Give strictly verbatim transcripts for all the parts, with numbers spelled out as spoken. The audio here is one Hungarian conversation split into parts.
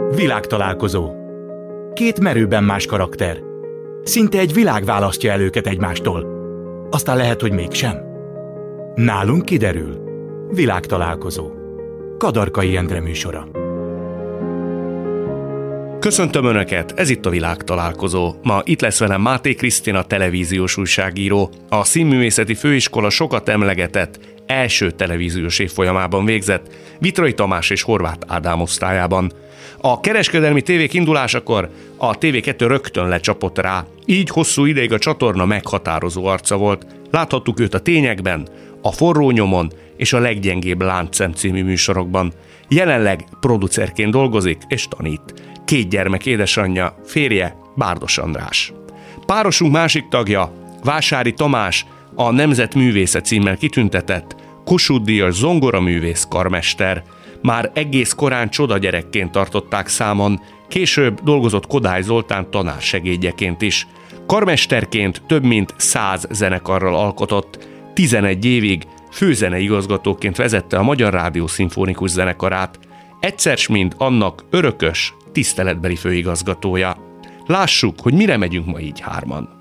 Világtalálkozó. Két merőben más karakter. Szinte egy világ választja el őket egymástól. Aztán lehet, hogy mégsem. Nálunk kiderül. Világtalálkozó. Kadarkai Endre műsora. Köszöntöm Önöket, ez itt a Világtalálkozó. Ma itt lesz velem Máté Krisztina televíziós újságíró. A Színművészeti Főiskola sokat emlegetett első televíziós évfolyamában végzett, Vitrai Tamás és Horváth Ádám osztályában. A kereskedelmi tévék indulásakor a té vé kettő rögtön lecsapott rá, így hosszú ideig a csatorna meghatározó arca volt. Láthattuk őt a Tényekben, a Forró nyomon és a Leggyengébb láncszem című műsorokban. Jelenleg producerként dolgozik és tanít. Két gyermek édesanyja, férje Bárdos András. Párosunk másik tagja, Vásári Tamás, a Nemzetművésze címmel kitüntetett, Kossuth-díjas zongoraművész karmester. Már egész korán csodagyerekként tartották számon, később dolgozott Kodály Zoltán tanársegédjeként is. Karmesterként több mint száz zenekarral alkotott, tizenegy évig főzeneigazgatóként vezette a Magyar Rádió Szimfonikus Zenekarát, egyszer s mind annak örökös, tiszteletbeli főigazgatója. Lássuk, hogy mire megyünk ma így hárman.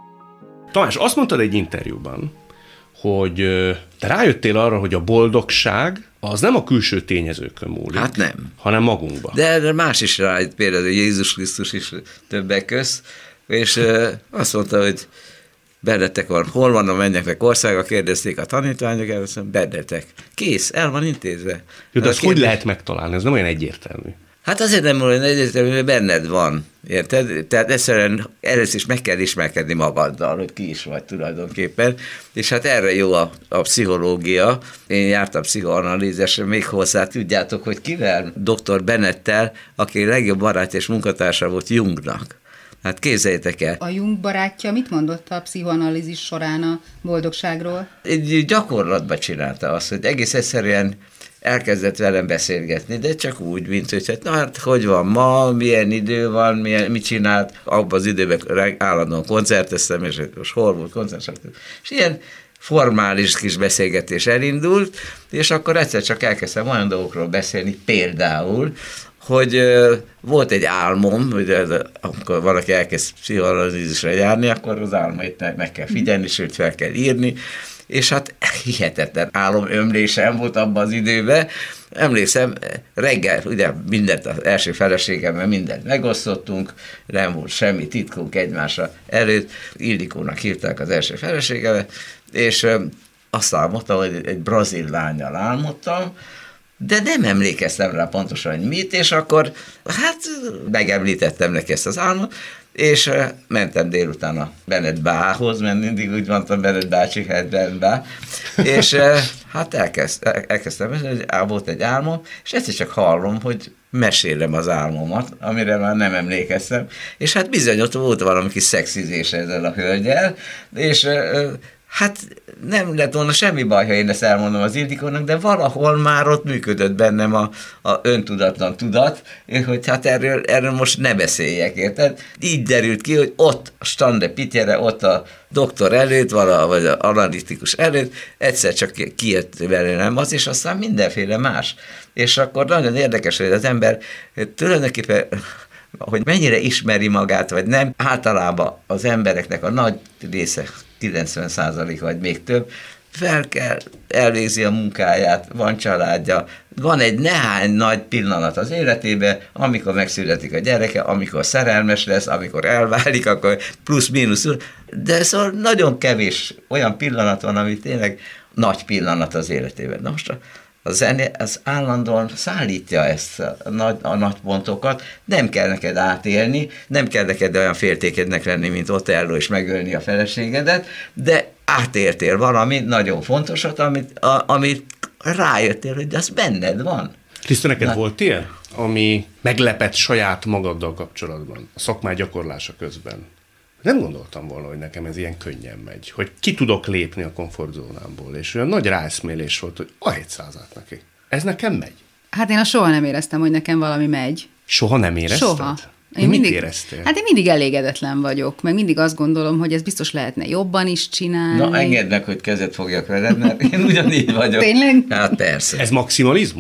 Tamás, azt mondtad egy interjúban, hogy te rájöttél arra, hogy a boldogság az nem a külső tényezőkön múlik. Hát nem. Hanem magunkban. De más is rájött, például Jézus Krisztus is többek közt, és azt mondta, hogy bennetek van, hol van a mennyeknek országa, kérdezték a tanítványok, először bennetek. Kész, el van intézve. Jó, de azt hogy lehet megtalálni? Ez nem olyan egyértelmű. Hát azért nem olyan egyértelmű, mert benned van, érted? Tehát egyszerűen először is meg kell ismerkedni magaddal, hogy ki is vagy tulajdonképpen, és hát erre jó a, a pszichológia. Én jártam pszichoanalízesre, még hozzá tudjátok, hogy kivel? doktor Bennettel, aki legjobb barátja és munkatársa volt Jungnak. Hát képzeljétek el. A Jung barátja mit mondott a pszichoanalízis során a boldogságról? Egy gyakorlatban csinálta azt, hogy egész egyszerűen elkezdett velem beszélgetni, de csak úgy, mint hogy hát, na hát, hogy van ma, milyen idő van, milyen, mit csinált, abban az időben állandóan koncerteztem, és most hol volt koncert, és ilyen formális kis beszélgetés elindult, és akkor egyszer csak elkezdtem olyan dolgokról beszélni, például, hogy uh, volt egy álmom, hogy uh, amikor valaki elkezd pszichoanalízisre járni, akkor az álmait meg, meg kell figyelni, sőt fel kell írni, és hát hihetetlen álomömlésem volt abban az időben. Emlékszem, reggel, ugye mindent az első feleségemmel mindent megosztottunk, nem volt semmi titkunk egymásra előtt, Ildikónak hívták az első feleségemet, és uh, azt álmodtam, hogy egy brazil lánnyal álmodtam, de nem emlékeztem rá pontosan, hogy mit, és akkor hát megemlítettem neki ezt az álmot, és uh, mentem délután a Bennett bához, mert mindig úgy mondtam Bennett bácsi, hát Bennett bá, és uh, hát elkezd, elkezdtem, hogy volt egy álmom, és egyszer csak hallom, hogy mesélem az álmomat, amire már nem emlékeztem, és hát bizony ott volt valami kis szexizés ezzel a hölgyel, és uh, hát nem lett volna semmi baj, ha én ezt elmondom az Ildikónak, de valahol már ott működött bennem a, a öntudatlan tudat, hogy hát erről, erről most ne beszéljek, érted? Így derült ki, hogy ott a Stande Pityere, ott a doktor előtt, vala, vagy az analitikus előtt, egyszer csak kijött belőlem az, és aztán mindenféle más. És akkor nagyon érdekes, hogy az ember tulajdonképpen, hogy mennyire ismeri magát, vagy nem, általában az embereknek a nagy része, kilencven százalék vagy még több, fel kell, elvégzi a munkáját, van családja, van egy nehány nagy pillanat az életében, amikor megszületik a gyereke, amikor szerelmes lesz, amikor elválik, akkor plusz-mínusz, de szóval nagyon kevés olyan pillanat van, ami tényleg nagy pillanat az életében. Na most a A zene az állandóan szállítja ezt a nagy, a nagy pontokat, nem kell neked átélni, nem kell neked olyan féltékednek lenni, mint Otello, és megölni a feleségedet, de átértél valami nagyon fontosat, amit, a, amit rájöttél, hogy az benned van. Krisztina, neked Na. volt ilyen, ami meglepett saját magaddal kapcsolatban, a szakmány gyakorlása közben? Nem gondoltam volna, hogy nekem ez ilyen könnyen megy, hogy ki tudok lépni a komfortzónámból, és olyan nagy ráeszmélés volt, hogy a hétszázat neki. Ez nekem megy. Hát én a soha nem éreztem, hogy nekem valami megy. Soha nem érezted? Soha. Én mit mindig, éreztél? Hát én mindig elégedetlen vagyok, meg mindig azt gondolom, hogy ez biztos lehetne jobban is csinálni. Na, engedd meg, hogy kezet fogjak veled, mert én ugyanígy vagyok. Tényleg? Hát persze. Ez maximalizmus?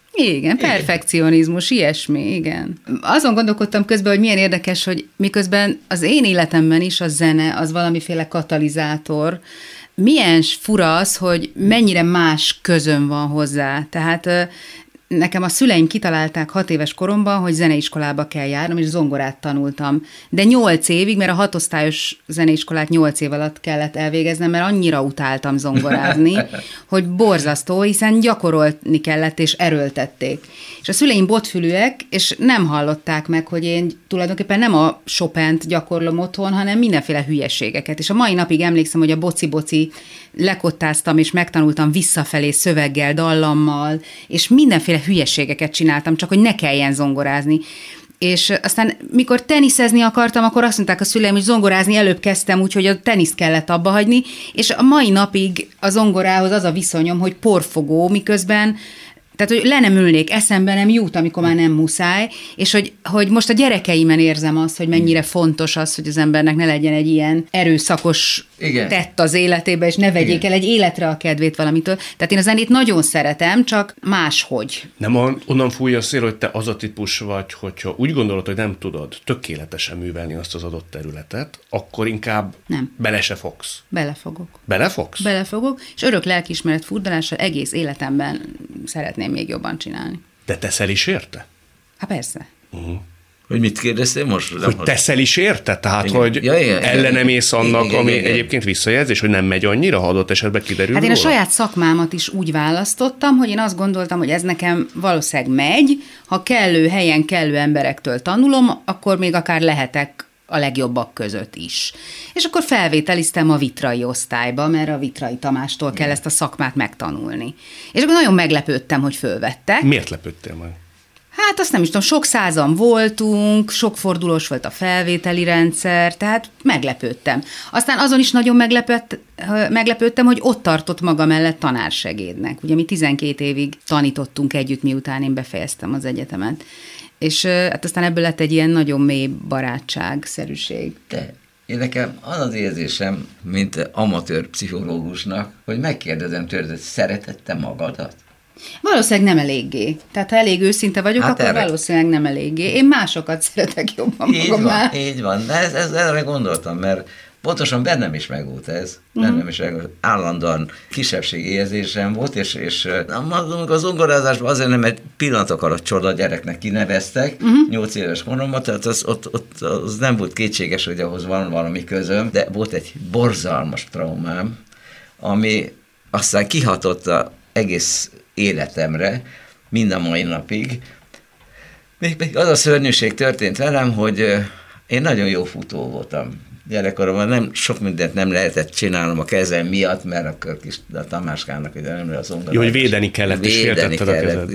Igen, perfekcionizmus, ilyesmi, igen. Azon gondolkodtam közben, hogy milyen érdekes, hogy miközben az én életemben is a zene az valamiféle katalizátor, milyen fura az, hogy mennyire más közön van hozzá. Tehát nekem a szüleim kitalálták hat éves koromban, hogy zeneiskolába kell járnom, és zongorát tanultam. De nyolc évig, mert a hatosztályos zeneiskolát nyolc év alatt kellett elvégeznem, mert annyira utáltam zongorázni, hogy borzasztó, hiszen gyakorolni kellett, és erőltették. És a szüleim botfülűek, és nem hallották meg, hogy én tulajdonképpen nem a Chopint gyakorlom otthon, hanem mindenféle hülyeségeket. És a mai napig emlékszem, hogy a boci-boci lekottáztam, és megtanultam visszafelé szöveggel, dallammal, és mindenféle hülyeségeket csináltam, csak hogy ne kelljen zongorázni. És aztán, mikor teniszezni akartam, akkor azt mondták a szüleim, hogy zongorázni előbb kezdtem, úgyhogy a teniszt kellett abba hagyni, és a mai napig a zongorához az a viszonyom, hogy porfogó, miközben tehát, hogy le nem ülnék, eszembe nem jut, amikor már nem muszáj, és hogy, hogy most a gyerekeimen érzem azt, hogy mennyire fontos az, hogy az embernek ne legyen egy ilyen erőszakos Igen. tett az életébe, és ne vegyék Igen. el egy életre a kedvét valamitől. Tehát én a zenét nagyon szeretem, csak máshogy. Nem onnan fújja a szél, hogy te az a típus vagy, hogyha úgy gondolod, hogy nem tudod tökéletesen művelni azt az adott területet, akkor inkább nem. bele se fogsz. Belefogok. Belefogsz? Belefogok, és örök lelkiismeret furdalással egész életemben szeretném még jobban csinálni. De teszel is érte? Hát persze. Uh-huh. Hogy mit kérdeztél most? Hogy teszel is érte? Tehát, igen. hogy ja, igen, ellenemész annak, igen, ami igen. egyébként visszajelzés, hogy nem megy annyira, ha adott esetben kiderül Hát én a róla? saját szakmámat is úgy választottam, hogy én azt gondoltam, hogy ez nekem valószínűleg megy, ha kellő helyen, kellő emberektől tanulom, akkor még akár lehetek a legjobbak között is. És akkor felvételiztem a vitrai osztályba, mert a Vitrai Tamástól kell ezt a szakmát megtanulni. És akkor nagyon meglepődtem, hogy fölvettek. Miért lepődtél meg? Hát azt nem is tudom, sok százan voltunk, sok fordulós volt a felvételi rendszer, tehát meglepődtem. Aztán azon is nagyon meglepett, meglepődtem, hogy ott tartott maga mellett tanársegédnek. Ugye mi tizenkét évig tanítottunk együtt, miután én befejeztem az egyetemet. És hát aztán ebből lett egy ilyen nagyon mély barátságszerűség. De én nekem az az érzésem, mint amatőr pszichológusnak, hogy megkérdezem tőled, hogy szereted te magadat? Valószínűleg nem eléggé. Tehát ha elég őszinte vagyok, hát akkor erre... valószínűleg nem eléggé. Én másokat szeretek jobban így magamnál. Van, így van, de ez, ez, erre gondoltam, mert pontosan bennem is megvolt ez, bennem uh-huh. is megvolt. Állandóan kisebbségi érzésem volt, és, és az zongorázásban azért nem egy pillanatok alatt csoda gyereknek kineveztek, uh-huh. nyolc éves koromban, tehát az, ott, ott, az nem volt kétséges, hogy ahhoz van valami közöm, de volt egy borzalmas traumám, ami aztán kihatott az egész életemre, mind a mai napig. Még, még az a szörnyűség történt velem, hogy én nagyon jó futó voltam. Gyerekkoromban nem, sok mindent nem lehetett csinálnom a kezem miatt, mert akkor kis a Tamáskának ugye nem az zongorát. Jó, hogy védeni kellett, és féltetted a kezed.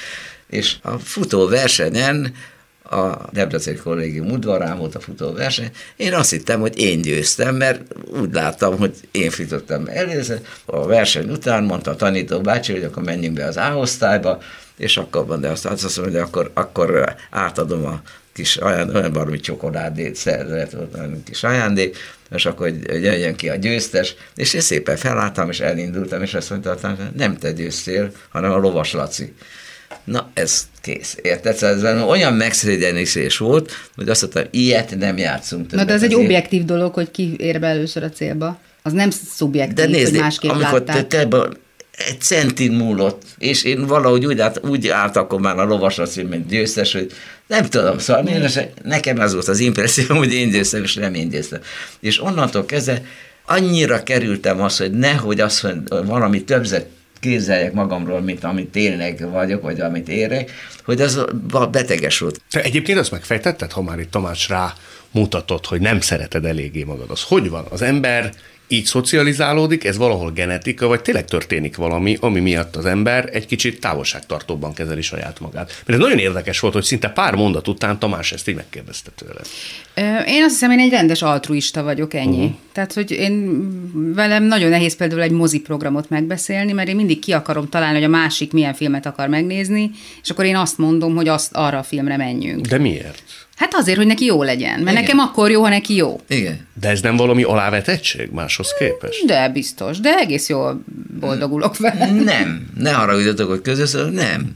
És a futó versenyen, a Debreceni Kollégium udvarán volt a futó verseny, én azt hittem, hogy én győztem, mert úgy láttam, hogy én futottam először. A verseny után mondta a tanító bácsi, hogy akkor menjünk be az A-osztályba, és akkor van, de azt azt mondja, hogy akkor, akkor átadom a kis ajándék, olyan valami csokoládét szerzett, olyan kis ajándék, és akkor hogy jöjjön ki a győztes, és én szépen felálltam, és elindultam, és azt mondta, nem te győztél, hanem a Lovas Laci. Na, ez kész, érted? Ez olyan megszégyenítés volt, hogy azt mondtam, ilyet nem játszunk többet. Na, de ez egy objektív dolog, hogy ki ér be először a célba. Az nem szubjektív, de nézd, hogy másképp amikor látták. Te, te egy centin múlott, és én valahogy úgy, át, úgy állt akkor már a Lovas Laci, mint győztes, hogy nem tudom, szóval én, nekem ez volt az impresszióm, hogy én győztem, és nem én győztem. És onnantól kezdve annyira kerültem azt, hogy nehogy azt, hogy valami többzet képzeljek magamról, mint amit tényleg vagyok, vagy amit érek, hogy az beteges volt. Te egyébként azt megfejtetted, ha már itt Tamás rá mutatott, hogy nem szereted eléggé magad. Az hogy van? Az ember így szocializálódik, ez valahol genetika, vagy tényleg történik valami, ami miatt az ember egy kicsit távolságtartóbban kezeli saját magát. Mert ez nagyon érdekes volt, hogy szinte pár mondat után Tamás ezt így megkérdezte tőle. Én azt hiszem, én egy rendes altruista vagyok, ennyi. Uh-huh. Tehát, hogy én velem nagyon nehéz például egy moziprogramot megbeszélni, mert én mindig ki akarom találni, hogy a másik milyen filmet akar megnézni, és akkor én azt mondom, hogy azt arra a filmre menjünk. De miért? Hát azért, hogy neki jó legyen, mert Igen. nekem akkor jó, ha neki jó. Igen. De ez nem valami alávetettség máshoz képest? De biztos, de egész jól boldogulok vele. Nem, ne haragudjatok, hogy közösször, nem.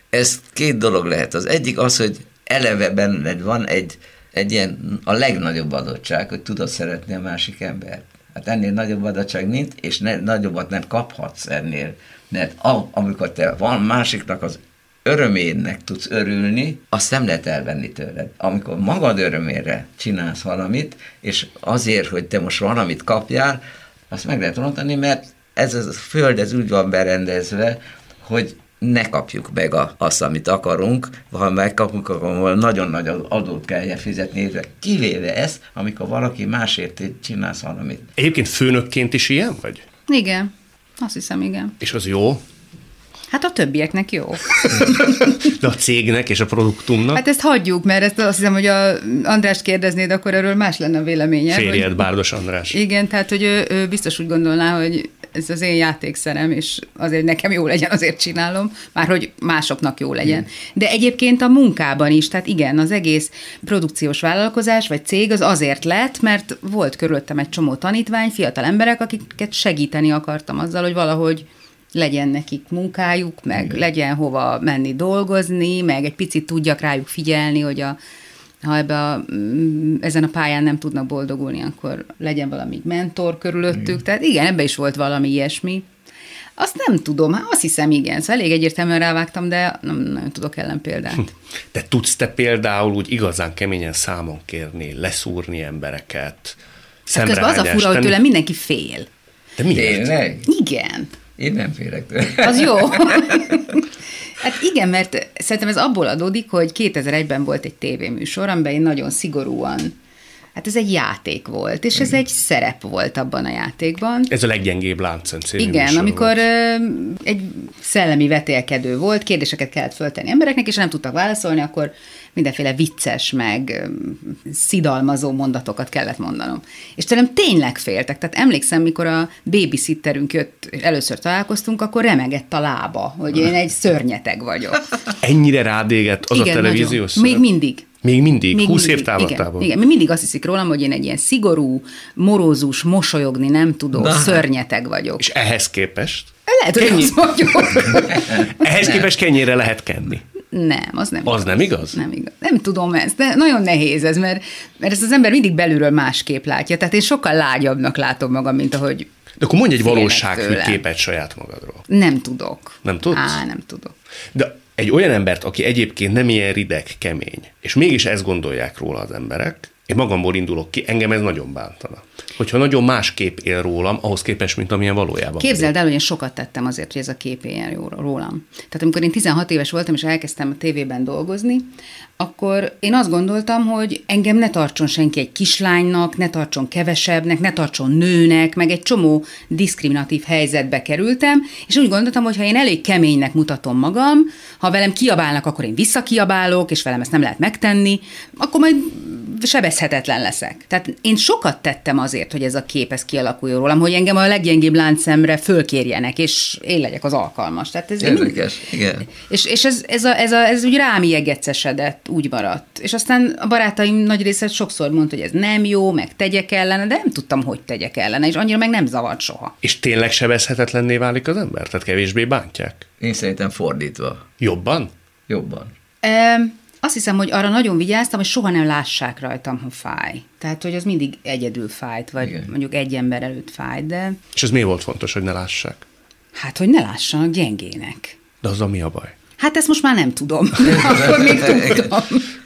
Ez két dolog lehet. Az egyik az, hogy eleve benned van egy, egy ilyen a legnagyobb adottság, hogy tudod szeretni a másik embert. Hát ennél nagyobb adottság nincs, és ne, nagyobbat nem kaphatsz ennél. Mert a, amikor te van másiknak az örömének tudsz örülni, azt nem lehet elvenni tőled. Amikor magad örömére csinálsz valamit, és azért, hogy te most valamit kapjál, azt meg lehet mondani, mert ez a föld ez úgy van berendezve, hogy ne kapjuk meg a, azt, amit akarunk, ha megkapunk, akkor nagyon nagy adót kell fizetni, kivéve ezt, amikor valaki másért csinálsz valamit. Egyébként főnökként is ilyen vagy? Igen, azt hiszem, igen. És az jó? Hát a többieknek jó. De a cégnek és a produktumnak? Hát ezt hagyjuk, mert ezt azt hiszem, hogy a Andrást kérdeznéd, akkor erről más lenne a véleménye. Férjed, hogy... Bárdos András. Igen, tehát hogy ő, ő biztos úgy gondolná, hogy ez az én játékszerem, és azért nekem jó legyen, azért csinálom, már hogy másoknak jó legyen. De egyébként a munkában is, tehát igen, az egész produkciós vállalkozás, vagy cég az azért lett, mert volt körülöttem egy csomó tanítvány, fiatal emberek, akiket segíteni akartam azzal, hogy valahogy legyen nekik munkájuk, meg igen. legyen hova menni dolgozni, meg egy picit tudjak rájuk figyelni, hogy a, ha ebbe a, ezen a pályán nem tudnak boldogulni, akkor legyen valami mentor körülöttük. Igen. Tehát igen, ebbe is volt valami ilyesmi. Azt nem tudom, hát azt hiszem igen, szóval elég egyértelműen rávágtam, de nem nagyon tudok ellenpéldát. De tudsz te például úgy igazán keményen számon kérni, leszúrni embereket, szemrehányást tenni? Az a fura, hogy tőlem mindenki fél. De miért? Tényleg? Igen. Én nem félek tőle. Az jó. Hát igen, mert szerintem ez abból adódik, hogy kétezer-egyben volt egy tévéműsor, amiben én nagyon szigorúan, hát ez egy játék volt, és ez egy szerep volt abban a játékban. Ez a leggyengébb láncem című Igen, műsor amikor volt. Egy szellemi vetélkedő volt, kérdéseket kellett föltenni embereknek, és ha nem tudtak válaszolni, akkor mindenféle vicces, meg szidalmazó mondatokat kellett mondanom. És tőlem tényleg féltek. Tehát emlékszem, mikor a babysitterünk jött, és először találkoztunk, akkor remegett a lába, hogy én egy szörnyeteg vagyok. Ennyire rád égett az igen, a televíziós szerep? Még mindig. Még mindig? Még húsz mindig. év távlatában? Igen, igen, mindig azt hiszik rólam, hogy én egy ilyen szigorú, morózus, mosolyogni nem tudó, Na. szörnyeteg vagyok. És ehhez képest? Lehet, hogy az vagyok. Ehhez képest kenyére lehet kenni. Nem, az nem Az igaz. nem igaz? Nem igaz. Nem tudom ezt, de nagyon nehéz ez, mert, mert ezt az ember mindig belülről másképp látja. Tehát én sokkal lágyabbnak látom magam, mint ahogy De akkor mondj egy valósághű képet saját magadról. Nem tudok. Nem tudsz? Á, nem tudok. De egy olyan embert, aki egyébként nem ilyen rideg, kemény, és mégis ezt gondolják róla az emberek, én magamból indulok ki, engem ez nagyon bántana. Hogyha nagyon más kép él rólam, ahhoz képest, mint amilyen valójában. Képzeld el, hogy én sokat tettem azért, hogy ez a kép éljen rólam. Tehát amikor én tizenhat éves voltam, és elkezdtem a tévében dolgozni, akkor én azt gondoltam, hogy engem ne tartson senki egy kislánynak, ne tartson kevesebbnek, ne tartson nőnek, meg egy csomó diszkriminatív helyzetbe kerültem, és úgy gondoltam, hogy ha én elég keménynek mutatom magam, ha velem kiabálnak, akkor én visszakiabálok, és velem ezt nem lehet megtenni, akkor majd sebezhetetlen leszek. Tehát én sokat tettem azért, hogy ez a kép ez kialakuljon rólam, hogy engem a leggyengébb láncszemre fölkérjenek, és én legyek az alkalmas. Tehát ez Érdekes, mind... igen. És, és ez, ez, a, ez, a, ez úgy rám iegeccesedett, úgy maradt. És aztán a barátaim nagy része sokszor mondta, hogy ez nem jó, meg tegyek ellene, de nem tudtam, hogy tegyek ellene, és annyira meg nem zavart soha. És tényleg sebezhetetlenné válik az ember? Tehát kevésbé bántják? Én szerintem fordítva. Jobban? Jobban. E, azt hiszem, hogy arra nagyon vigyáztam, hogy soha nem lássák rajtam, ha fáj. Tehát, hogy az mindig egyedül fájt, vagy igen. mondjuk egy ember előtt fájt, de... És ez miért volt fontos, hogy ne lássák? Hát, hogy ne lássanak gyengének. De azzal mi a baj? Hát ezt most már nem tudom. Akkor még tudtam.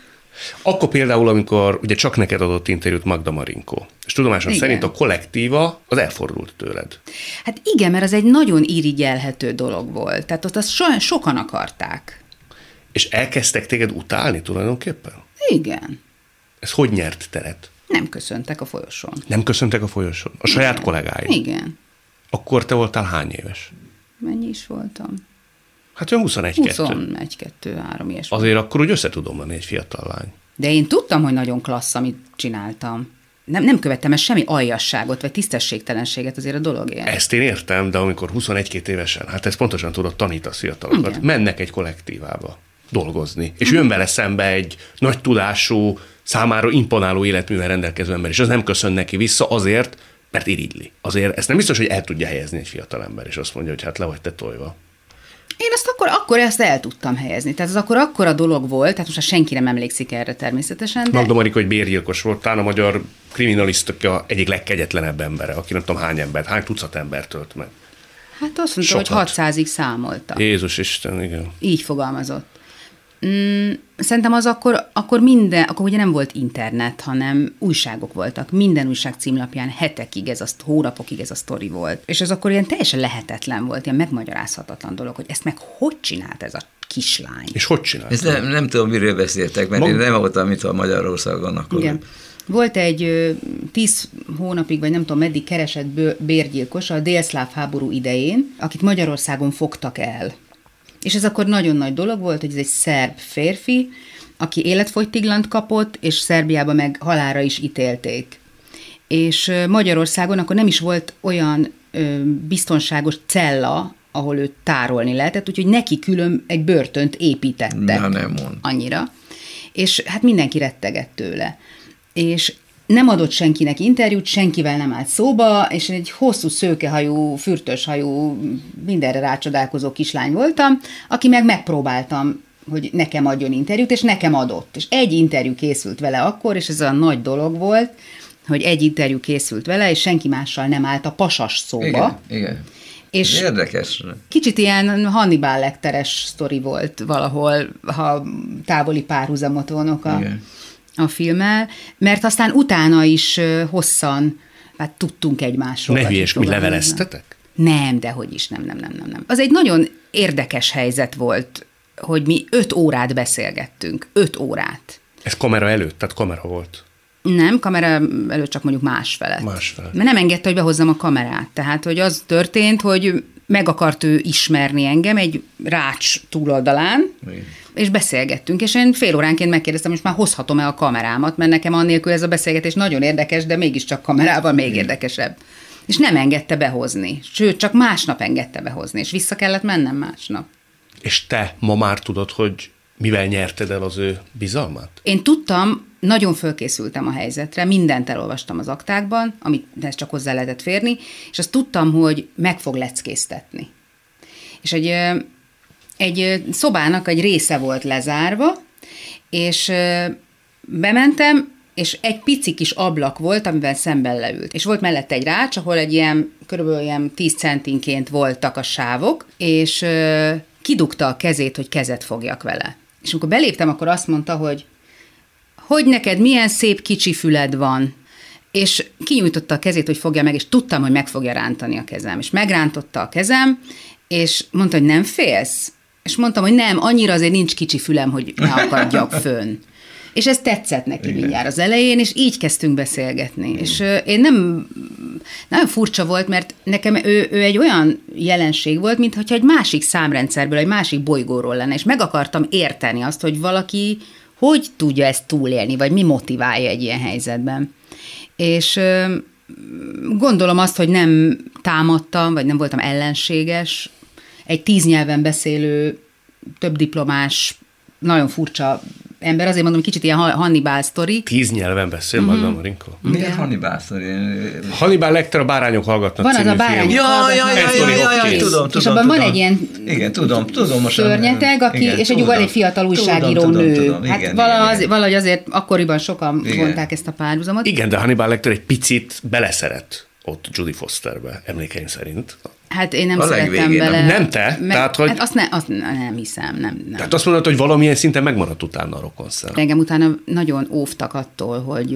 Akkor például, amikor ugye csak neked adott interjút Magda Marinkó, és tudomásom igen. szerint a kollektíva az elfordult tőled. Hát igen, mert az egy nagyon irigyelhető dolog volt. Tehát ott azt so- sokan akarták. És elkezdtek téged utálni tulajdonképpen? Igen. Ez hogy nyert teret? Nem köszöntek a folyosón. Nem köszöntek a folyosón? A saját igen. kollégáid? Igen. Akkor te voltál hány éves? Mennyi is voltam? Hát olyan huszonegy-kettő. huszonegy-kettő-három ilyesmi. Azért akkor úgy összetudom menni egy fiatal lány. De én tudtam, hogy nagyon klassz, amit csináltam. Nem, nem követtem el semmi aljasságot, vagy tisztességtelenséget azért a dologért. Ezt én értem, de amikor huszonegy-két évesen, hát ezt pontosan tudod, tanítasz fiatalokat, igen. mennek egy kollektívába dolgozni, és jön vele szembe egy nagy tudású, számára imponáló életművel rendelkező ember, és az nem köszön neki vissza azért, mert irigyli. Azért ezt nem biztos, hogy el tudja helyezni egy fiatal ember, és azt mondja, hogy hát le vagy te tojva. Én azt akkor, akkor ezt el tudtam helyezni. Tehát az akkor akkora dolog volt, tehát most már senki nem emlékszik erre természetesen. De... Magda Marika, hogy bérgyilkos volt, talán a magyar kriminalisztika egyik legkegyetlenebb embere, aki nem tudom hány embert, hány tucat embert ölt meg. Hát azt mondta, Sokat. hogy hatszázig számolta. Jézus Isten, igen. Így fogalmazott. Mm, szerintem az akkor, akkor minden, akkor ugye nem volt internet, hanem újságok voltak. Minden újság címlapján hetekig ez a, hónapokig ez a sztori volt. És ez akkor ilyen teljesen lehetetlen volt, ilyen megmagyarázhatatlan dolog, hogy ezt meg hogy csinált ez a kislány. És hogy csinált? Ez nem, nem tudom, miről beszéltek, mert Mag... én nem voltam itt a Magyarországon akkor. Igen. Volt egy ö, tíz hónapig, vagy nem tudom meddig keresett bérgyilkos a délszláv háború idején, akit Magyarországon fogtak el. És ez akkor nagyon nagy dolog volt, hogy ez egy szerb férfi, aki életfogytiglant kapott, és Szerbiában meg halálra is ítélték. És Magyarországon akkor nem is volt olyan ö, biztonságos cella, ahol őt tárolni lehetett, úgyhogy neki külön egy börtönt építettek. Na, nem mond. Annyira. És hát mindenki rettegett tőle. És nem adott senkinek interjút, senkivel nem állt szóba, és egy hosszú szőkehajú, fürtöshajú, mindenre rácsodálkozó kislány voltam, aki meg megpróbáltam, hogy nekem adjon interjút, és nekem adott. És egy interjú készült vele akkor, és ez a nagy dolog volt, hogy egy interjú készült vele, és senki mással nem állt a pasas szóba. Igen, igen. És érdekes. Kicsit ilyen Hannibal Lecteres sztori volt valahol, ha távoli párhuzamot vonok a... Igen. a filmmel, mert aztán utána is hosszan hát tudtunk egymásról. Ne hülyés, mi leveleztetek? Nem, dehogy is, nem, nem, nem, nem, nem. Az egy nagyon érdekes helyzet volt, hogy mi öt órát beszélgettünk. Öt órát. Ez kamera előtt, tehát kamera volt? Nem, kamera előtt csak mondjuk másfele. Másfele. Mert nem engedte, hogy behozzam a kamerát. Tehát, hogy az történt, hogy meg akart ő ismerni engem egy rács túloldalán, igen. És beszélgettünk, és én fél óránként megkérdeztem, most már hozhatom-e a kamerámat, mert nekem annélkül ez a beszélgetés nagyon érdekes, de mégiscsak kamerával még igen. érdekesebb. És nem engedte behozni, sőt, csak másnap engedte behozni, és vissza kellett mennem másnap. És te ma már tudod, hogy mivel nyerted el az ő bizalmát? Én tudtam, nagyon fölkészültem a helyzetre, mindent elolvastam az aktákban, amit ez csak hozzá lehetett férni, és azt tudtam, hogy meg fog leckéztetni. És egy, egy szobának egy része volt lezárva, és bementem, és egy pici kis ablak volt, amivel szemben leült. És volt mellette egy rács, ahol egy ilyen, körülbelül ilyen tíz centinként voltak a sávok, és kidugta a kezét, hogy kezet fogjak vele. És amikor beléptem, akkor azt mondta, hogy hogy neked milyen szép kicsi füled van, és kinyújtotta a kezét, hogy fogja meg, és tudtam, hogy meg fogja rántani a kezem. És megrántotta a kezem, és mondta, hogy nem félsz? És mondtam, hogy nem, annyira azért nincs kicsi fülem, hogy ne akadjak fönn. És ez tetszett neki igen. mindjárt az elején, és így kezdtünk beszélgetni. Igen. És uh, én nem, nagyon furcsa volt, mert nekem ő, ő egy olyan jelenség volt, mintha egy másik számrendszerből, egy másik bolygóról lenne, és meg akartam érteni azt, hogy valaki hogy tudja ezt túlélni, vagy mi motiválja egy ilyen helyzetben. És uh, gondolom azt, hogy nem támadtam, vagy nem voltam ellenséges, egy tíz nyelven beszélő, több diplomás, nagyon furcsa ember, azért mondom, kicsit ilyen Hannibal sztori. Tíz nyelven beszél Magda uh-huh. Marinka? Miért Hannibal sztori? Hannibal Lecter a Bárányok hallgatnak van az a Bárányok ja, hallgatnak. Ja, ja, ja, ja, ja, tudom, tudom. És abban tudom. van egy ilyen igen, tudom, tudom, szörnyeteg, aki, igen, és egy van egy fiatal újságíró tudom, nő. Tudom, tudom, hát igen, valahogy, igen, valahogy azért akkoriban sokan igen. vonták ezt a párhuzamot. Igen, de Hannibal Lecter egy picit beleszeret ott Judy Fosterbe, emlékeim szerint. Hát én nem a szerettem bele. Nem te? Meg, tehát, hogy... Hát azt, ne, azt nem hiszem, nem, nem. Tehát azt mondod, hogy valamilyen szinten megmaradt utána a rokonszer. Engem utána nagyon óvtak attól, hogy,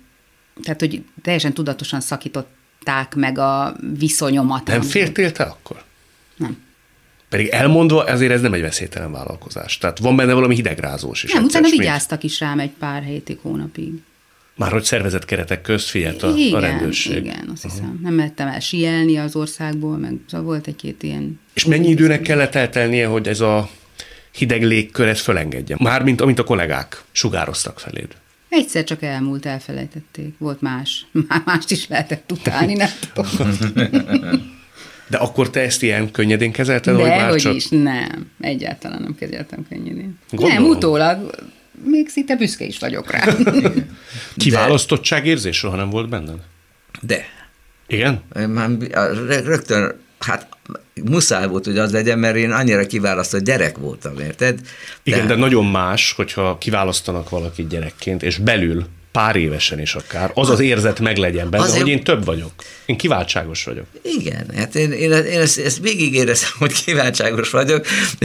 tehát, hogy teljesen tudatosan szakították meg a viszonyomat. Nem féltél te akkor? Nem. Pedig elmondva, ezért ez nem egy veszélytelen vállalkozás. Tehát van benne valami hidegrázós is. Nem, utána vigyáztak is rám egy pár hétig, hónapig. Már hogy szervezett keretek közt figyelt a, igen, a rendőrség. Igen, azt hiszem. Uh-huh. Nem mehettem el síelni az országból, meg szóval volt egy-két ilyen... És mennyi időnek kellett eltelnie, hogy ez a hideg légkör ezt fölengedje? Mármint amint a kollégák sugároztak feléd. Egyszer csak elmúlt, elfelejtették. Volt más. Már mást is lehetett utálni, nem tudom. De akkor te ezt ilyen könnyedén kezelted? De, hogy már hogy csak... is, nem. Egyáltalán nem kezeltem könnyedén. Gondolom. Nem, utólag még szinte büszke is vagyok rá. Kiválasztottságérzés soha nem volt benned? De. Igen? Már rögtön hát muszáj volt, hogy az legyen, mert én annyira kiválasztott gyerek voltam, érted? Igen, de, de nagyon más, hogyha kiválasztanak valakit gyerekként, és belül pár évesen is akár, az az érzet meglegyen benne, azért, hogy én több vagyok. Én kiváltságos vagyok. Igen, hát én, én, én ezt, ezt végig éreztem, hogy kiváltságos vagyok,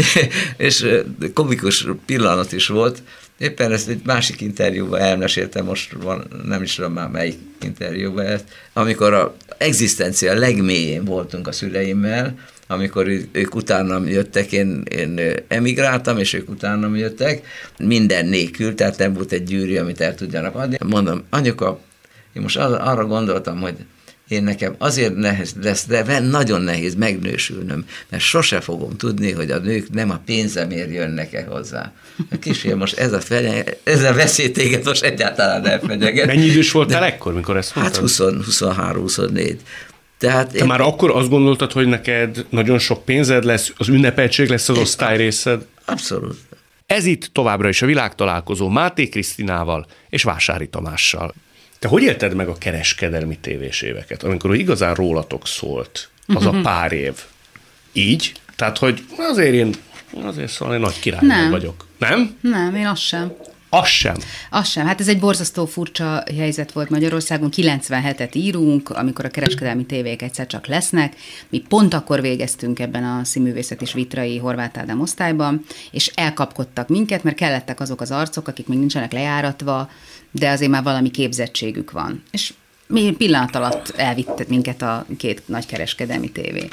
és komikus pillanat is volt. Éppen ezt egy másik interjúban elmeséltem, most van, nem is tudom már melyik interjúban ezt, amikor az egzisztencia legmélyén voltunk a szüleimmel, amikor ők utánam jöttek, én, én emigráltam, és ők utánam jöttek, minden nélkül, tehát nem volt egy gyűrű, amit el tudjanak adni. Mondom, anyuka, én most arra gondoltam, hogy én nekem azért nehéz lesz, de nagyon nehéz megnősülnöm, mert sose fogom tudni, hogy a nők nem a pénzemért jönnek-e hozzá. A kisfiam, most ez a, fenye, ez a veszély téged most egyáltalán nem fenyeget. Mennyi idős voltál ekkor, mikor ezt mondtad? Hát húsz, huszonhárom huszonnégy. Tehát Te én... már akkor azt gondoltad, hogy neked nagyon sok pénzed lesz, az ünnepeltség lesz az osztályrészed? Abszolút. Ez itt továbbra is a Világtalálkozó Máté Krisztinával és Vásári Tamással. Te hogy élted meg a kereskedelmi tévés éveket, amikor igazán rólatok szólt az a pár év? Így? Tehát, hogy azért én azért szóval egy nagy király vagyok. Nem? Nem, én azt sem. Az sem. Az sem. Hát ez egy borzasztó furcsa helyzet volt Magyarországon. kilencvenhetet írunk, amikor a kereskedelmi tévék egyszer csak lesznek. Mi pont akkor végeztünk ebben a színművészet és vitrai Horváth Ádám osztályban, és elkapkodtak minket, mert kellettek azok az arcok, akik még nincsenek lejáratva, de azért már valami képzettségük van. És mi pillanat alatt elvitt minket a két nagy kereskedelmi tévé.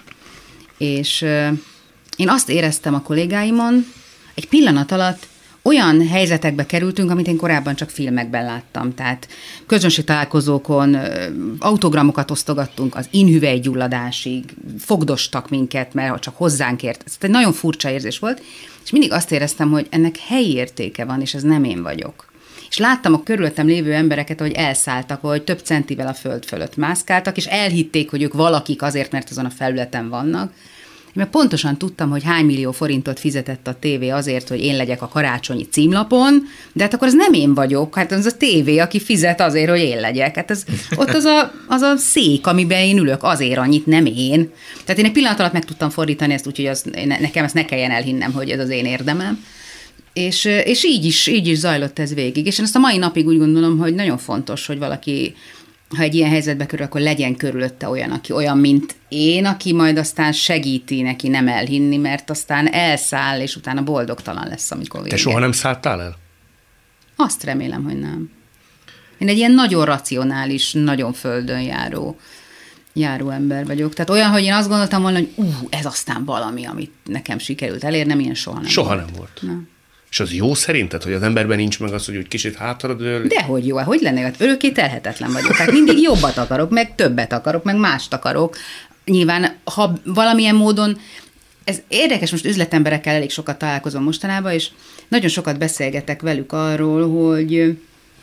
És euh, én azt éreztem a kollégáimon, egy pillanat alatt olyan helyzetekbe kerültünk, amit én korábban csak filmekben láttam. Tehát közönségtalálkozókon autogramokat osztogattunk az inhüvelygyulladásig, fogdostak minket, mert csak hozzánk ért. Ez egy nagyon furcsa érzés volt, és mindig azt éreztem, hogy ennek helyi értéke van, és ez nem én vagyok. És láttam a körülöttem lévő embereket, hogy elszálltak, vagy több centivel a föld fölött mászkáltak, és elhitték, hogy ők valakik azért, mert azon a felületen vannak. Én meg pontosan tudtam, hogy hány millió forintot fizetett a tévé azért, hogy én legyek a karácsonyi címlapon, de hát akkor az nem én vagyok, hát az a tévé, aki fizet azért, hogy én legyek. Hát az, ott az a, az a szék, amiben én ülök, azért annyit, nem én. Tehát én egy pillanat alatt meg tudtam fordítani ezt, úgyhogy az, nekem ezt ne kelljen elhinnem, hogy ez az én érdemem. És, és így, is, így is zajlott ez végig. És én ezt a mai napig úgy gondolom, hogy nagyon fontos, hogy valaki, ha egy ilyen helyzetbe kerül, akkor legyen körülötte olyan, aki olyan, mint én, aki majd aztán segíti neki nem elhinni, mert aztán elszáll, és utána boldogtalan lesz, amikor vége. Te soha nem szálltál el? Azt remélem, hogy nem. Én egy ilyen nagyon racionális, nagyon földön járó, járó ember vagyok. Tehát olyan, hogy én azt gondoltam volna, hogy ú, ez aztán valami, amit nekem sikerült elérnem, ilyen soha nem soha volt. nem volt. Nem. És az jó szerinted, hogy az emberben nincs meg az, hogy úgy kicsit hátradől? Dehogy jó, hogy lenne, hát örökké telhetetlen vagyok. Hát mindig jobbat akarok, meg többet akarok, meg mást akarok. Nyilván, ha valamilyen módon, ez érdekes, most üzletemberekkel elég sokat találkozom mostanában, és nagyon sokat beszélgetek velük arról, hogy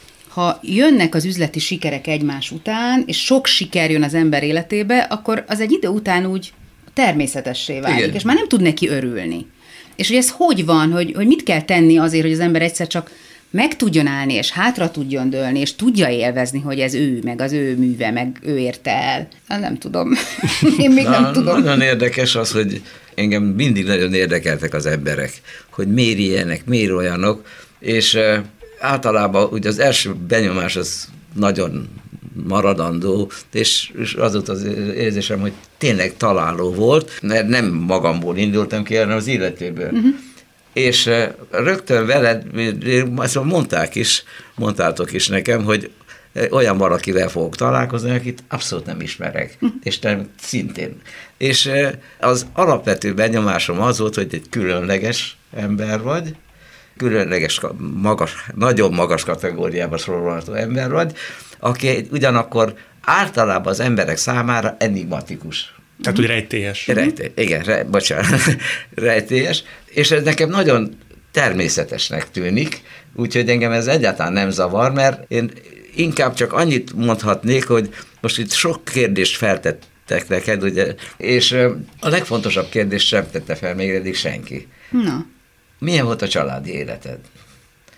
ha jönnek az üzleti sikerek egymás után, és sok siker jön az ember életébe, akkor az egy idő után úgy természetessé válik, igen. És már nem tud neki örülni. És hogy ez hogy van, hogy, hogy mit kell tenni azért, hogy az ember egyszer csak meg tudjon állni, és hátra tudjon dőlni, és tudja élvezni, hogy ez ő, meg az ő műve, meg ő érte el. Hát nem tudom. Én még Na, nem tudom. Nagyon érdekes az, hogy engem mindig nagyon érdekeltek az emberek, hogy miért ilyenek, miért olyanok, és uh, általában ugye az első benyomás az nagyon maradandó, és, és az volt az érzésem, hogy tényleg találó volt, mert nem magamból indultam ki, hanem az illetőből. Uh-huh. És uh, rögtön veled, ezt mondták is, mondtátok is nekem, hogy olyan valakivel fogok találkozni, akit abszolút nem ismerek, uh-huh. és nem szintén. És uh, az alapvető benyomásom az volt, hogy egy különleges ember vagy, különleges, magas, nagyon magas kategóriában sorolható ember vagy, aki ugyanakkor általában az emberek számára enigmatikus. Tehát, hogy rejtélyes. Rejtélyes, igen, rej, bocsánat, rejtélyes, és ez nekem nagyon természetesnek tűnik, úgyhogy engem ez egyáltalán nem zavar, mert én inkább csak annyit mondhatnék, hogy most itt sok kérdést feltettek neked, ugye, és a legfontosabb kérdést sem tette fel még eddig senki. Na. Milyen volt a családi életed?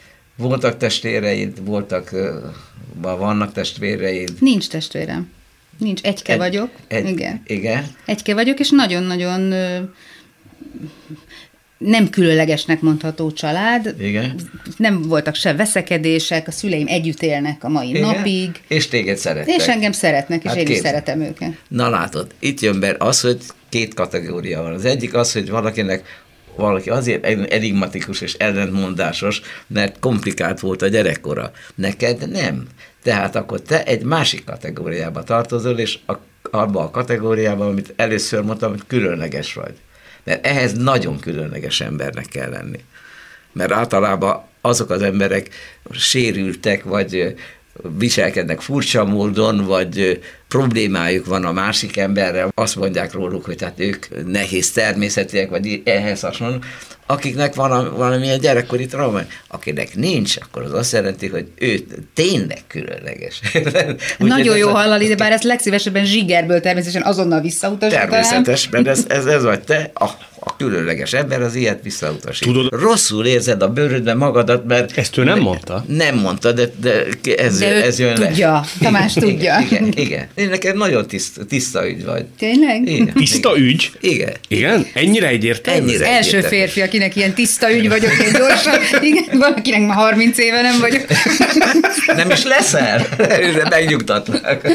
Voltak testvéreid, voltak, vannak testvéreid? Nincs testvérem. Nincs, egyke egy, vagyok. Egy, igen. igen. Egyke vagyok, és nagyon-nagyon ö, nem különlegesnek mondható család. Igen. Nem voltak se veszekedések, a szüleim együtt élnek a mai Igen. napig. És téged szeretnek. És engem szeretnek, és Hát én is képzel. szeretem őket. Na látod, itt jön be az, hogy két kategória van. Az egyik az, hogy valakinek valaki azért enigmatikus és ellentmondásos, mert komplikált volt a gyerekkora. Neked nem. Tehát akkor te egy másik kategóriába tartozol, és a, abban a kategóriában, amit először mondtam, hogy különleges vagy. Mert ehhez nagyon különleges embernek kell lenni. Mert általában azok az emberek sérültek, vagy viselkednek furcsa módon, vagy problémájuk van a másik emberrel, azt mondják róluk, hogy hát ők nehéz természetiek, vagy ehhez hasonló, akiknek van valamilyen gyerekkori trauma. Akinek nincs, akkor az azt jelenti, hogy ő tényleg különleges. Nagyon jó hallani, de bár ezt legszívesebben zsigerből természetesen azonnal visszautasítanám. Természetes, mert ez, ez, ez vagy te, a, a különleges ember az ilyet visszautasít. Tudod, rosszul érzed a bőrödben magadat, mert... Ezt ő nem mondta? Nem mondta, de, de ez, de ő ez jön tudja, le. Tamás igen, tudja. Igen, igen, igen. Én neked nagyon tiszta, tiszta ügy vagy. Tényleg? Igen, Tiszta igen. ügy? Igen. Igen? Ennyire egyértelmű? Ennyire. Az első egyértelmű. férfi, akinek ilyen tiszta ügy vagyok, én gyorsan, igen, valakinek már harminc éve nem vagyok. Nem is leszel? Megnyugtatlak.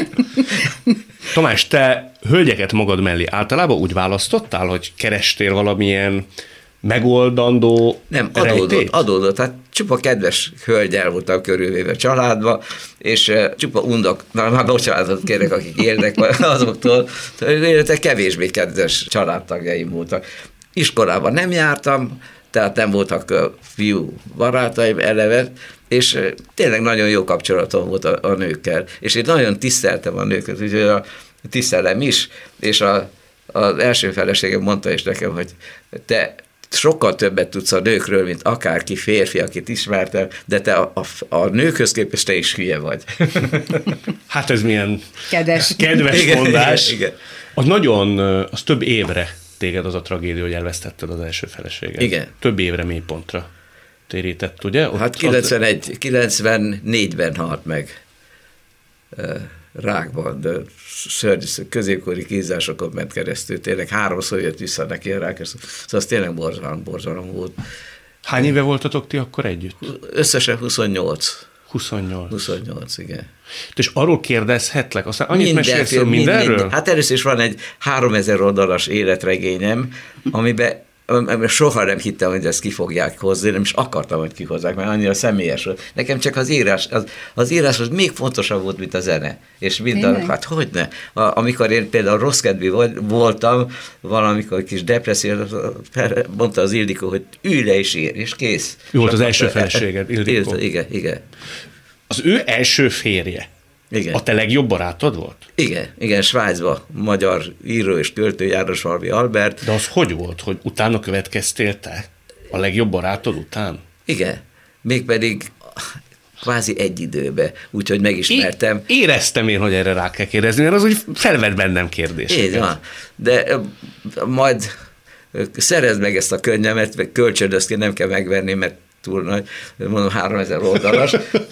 Tamás, te hölgyeket magad mellé általában úgy választottál, hogy kerestél valamilyen megoldandó Nem, adódott, rejtét? adódott. Hát csupa kedves hölgyel voltam körülvéve a családba, és uh, csupa undok, na, már bocsánatot kérek, akik élnek azoktól, illetve kevésbé kedves családtagjaim voltak. Iskolában nem jártam, tehát nem voltak uh, fiú barátaim eleve, és uh, tényleg nagyon jó kapcsolatom volt a, a nőkkel, és én nagyon tiszteltem a nőket, úgyhogy a, tisztelem is, és a, az első feleségem mondta is nekem, hogy te sokkal többet tudsz a nőkről, mint akárki férfi, akit ismertem, de te a, a, a nőkhöz képest te is hülye vagy. Hát ez milyen Kedves. kedves Igen, mondás. igen, igen. Az nagyon, az több évre téged az a tragédia, hogy elvesztetted az első feleséget. Igen. Több évre mélypontra térített, ugye? Ott Hát kilencvenegy, kilencvennégyben halt meg rákban, de szörnyű, középkori kínzásokon ment keresztül, tényleg háromszor jött vissza neki a rák, szóval az tényleg borzalom, borzalom volt. Hány éve voltatok ti akkor együtt? Összesen huszonnyolc. huszonnyolc. huszonnyolc, igen. És arról kérdezhetlek, aztán annyit mesélsz Mindenféle, mindenről? Minden, hát először is van egy háromezer oldalas életregényem, amiben amiben soha nem hittem, hogy ezt ki fogják hozni, nem is akartam, hogy kihozzák, mert annyira személyes volt. Nekem csak az írás, az, az írás az még fontosabb volt, mint a zene. És mind a, hát hogyne. A, amikor én például rosszkedvű voltam, valamikor kis depresszió, mondta az Ildikó, hogy ülj le és ír, és kész. Ő volt az első feleséged, Ildikó. Igen, igen. Az ő első férje, Igen. a te legjobb barátod volt? Igen, igen, Svájcban magyar író és költő Jánosvalvi Albert. De az hogy volt, hogy utána következtél te? A legjobb barátod után? Igen, mégpedig kvázi egy időbe, úgyhogy megismertem. É- éreztem én, hogy erre rá kell kérdezni, mert az úgy felvett bennem kérdéseket. Így van, de majd szerezd meg ezt a könnyemet, meg kölcsönöz ki, nem kell megvenni, mert túl nagy, mondom háromezer oldalas,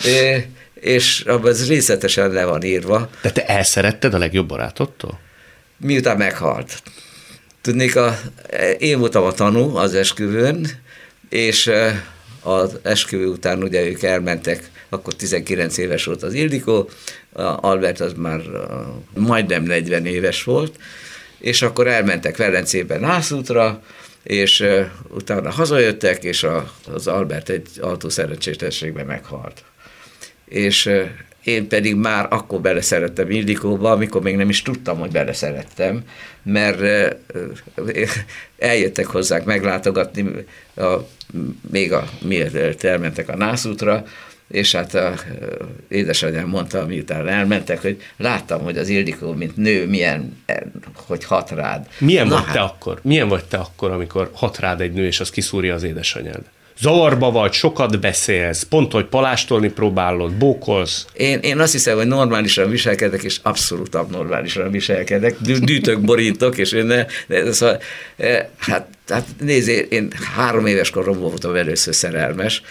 és abban ez részletesen le van írva. De te elszeretted a legjobb barátodtól? Miután meghalt. Tudnék, a, én voltam a tanú az esküvőn, és az esküvő után ugye ők elmentek, akkor tizenkilenc éves volt az Ildikó, Albert az már majdnem negyven éves volt, és akkor elmentek Velencében Nászútra, és uh, utána hazajöttek, és a, az Albert egy autószerencsétlenségben meghalt. És uh, én pedig már akkor beleszerettem Ildikóba, amikor még nem is tudtam, hogy beleszerettem, mert uh, eljöttek hozzánk meglátogatni, a, még a, mielőtt elmentek a Nászútra, és hát a édesanyám mondta, miután elmentek, hogy láttam, hogy az Ildikó, mint nő, milyen, hogy hat rád. Milyen Na vagy hát, te akkor? Milyen vagy te akkor, amikor hat rád egy nő, és az kiszúrja az édesanyád? Zavarba vagy, sokat beszélsz, pont, hogy palástolni próbálod, bókolsz. Én, én azt hiszem, hogy normálisan viselkedek, és abszolút abnormálisan viselkedek. Dűtök, borítok, és én ne, ne, szóval, hát, hát nézd, én három éves koromban voltam először szerelmes,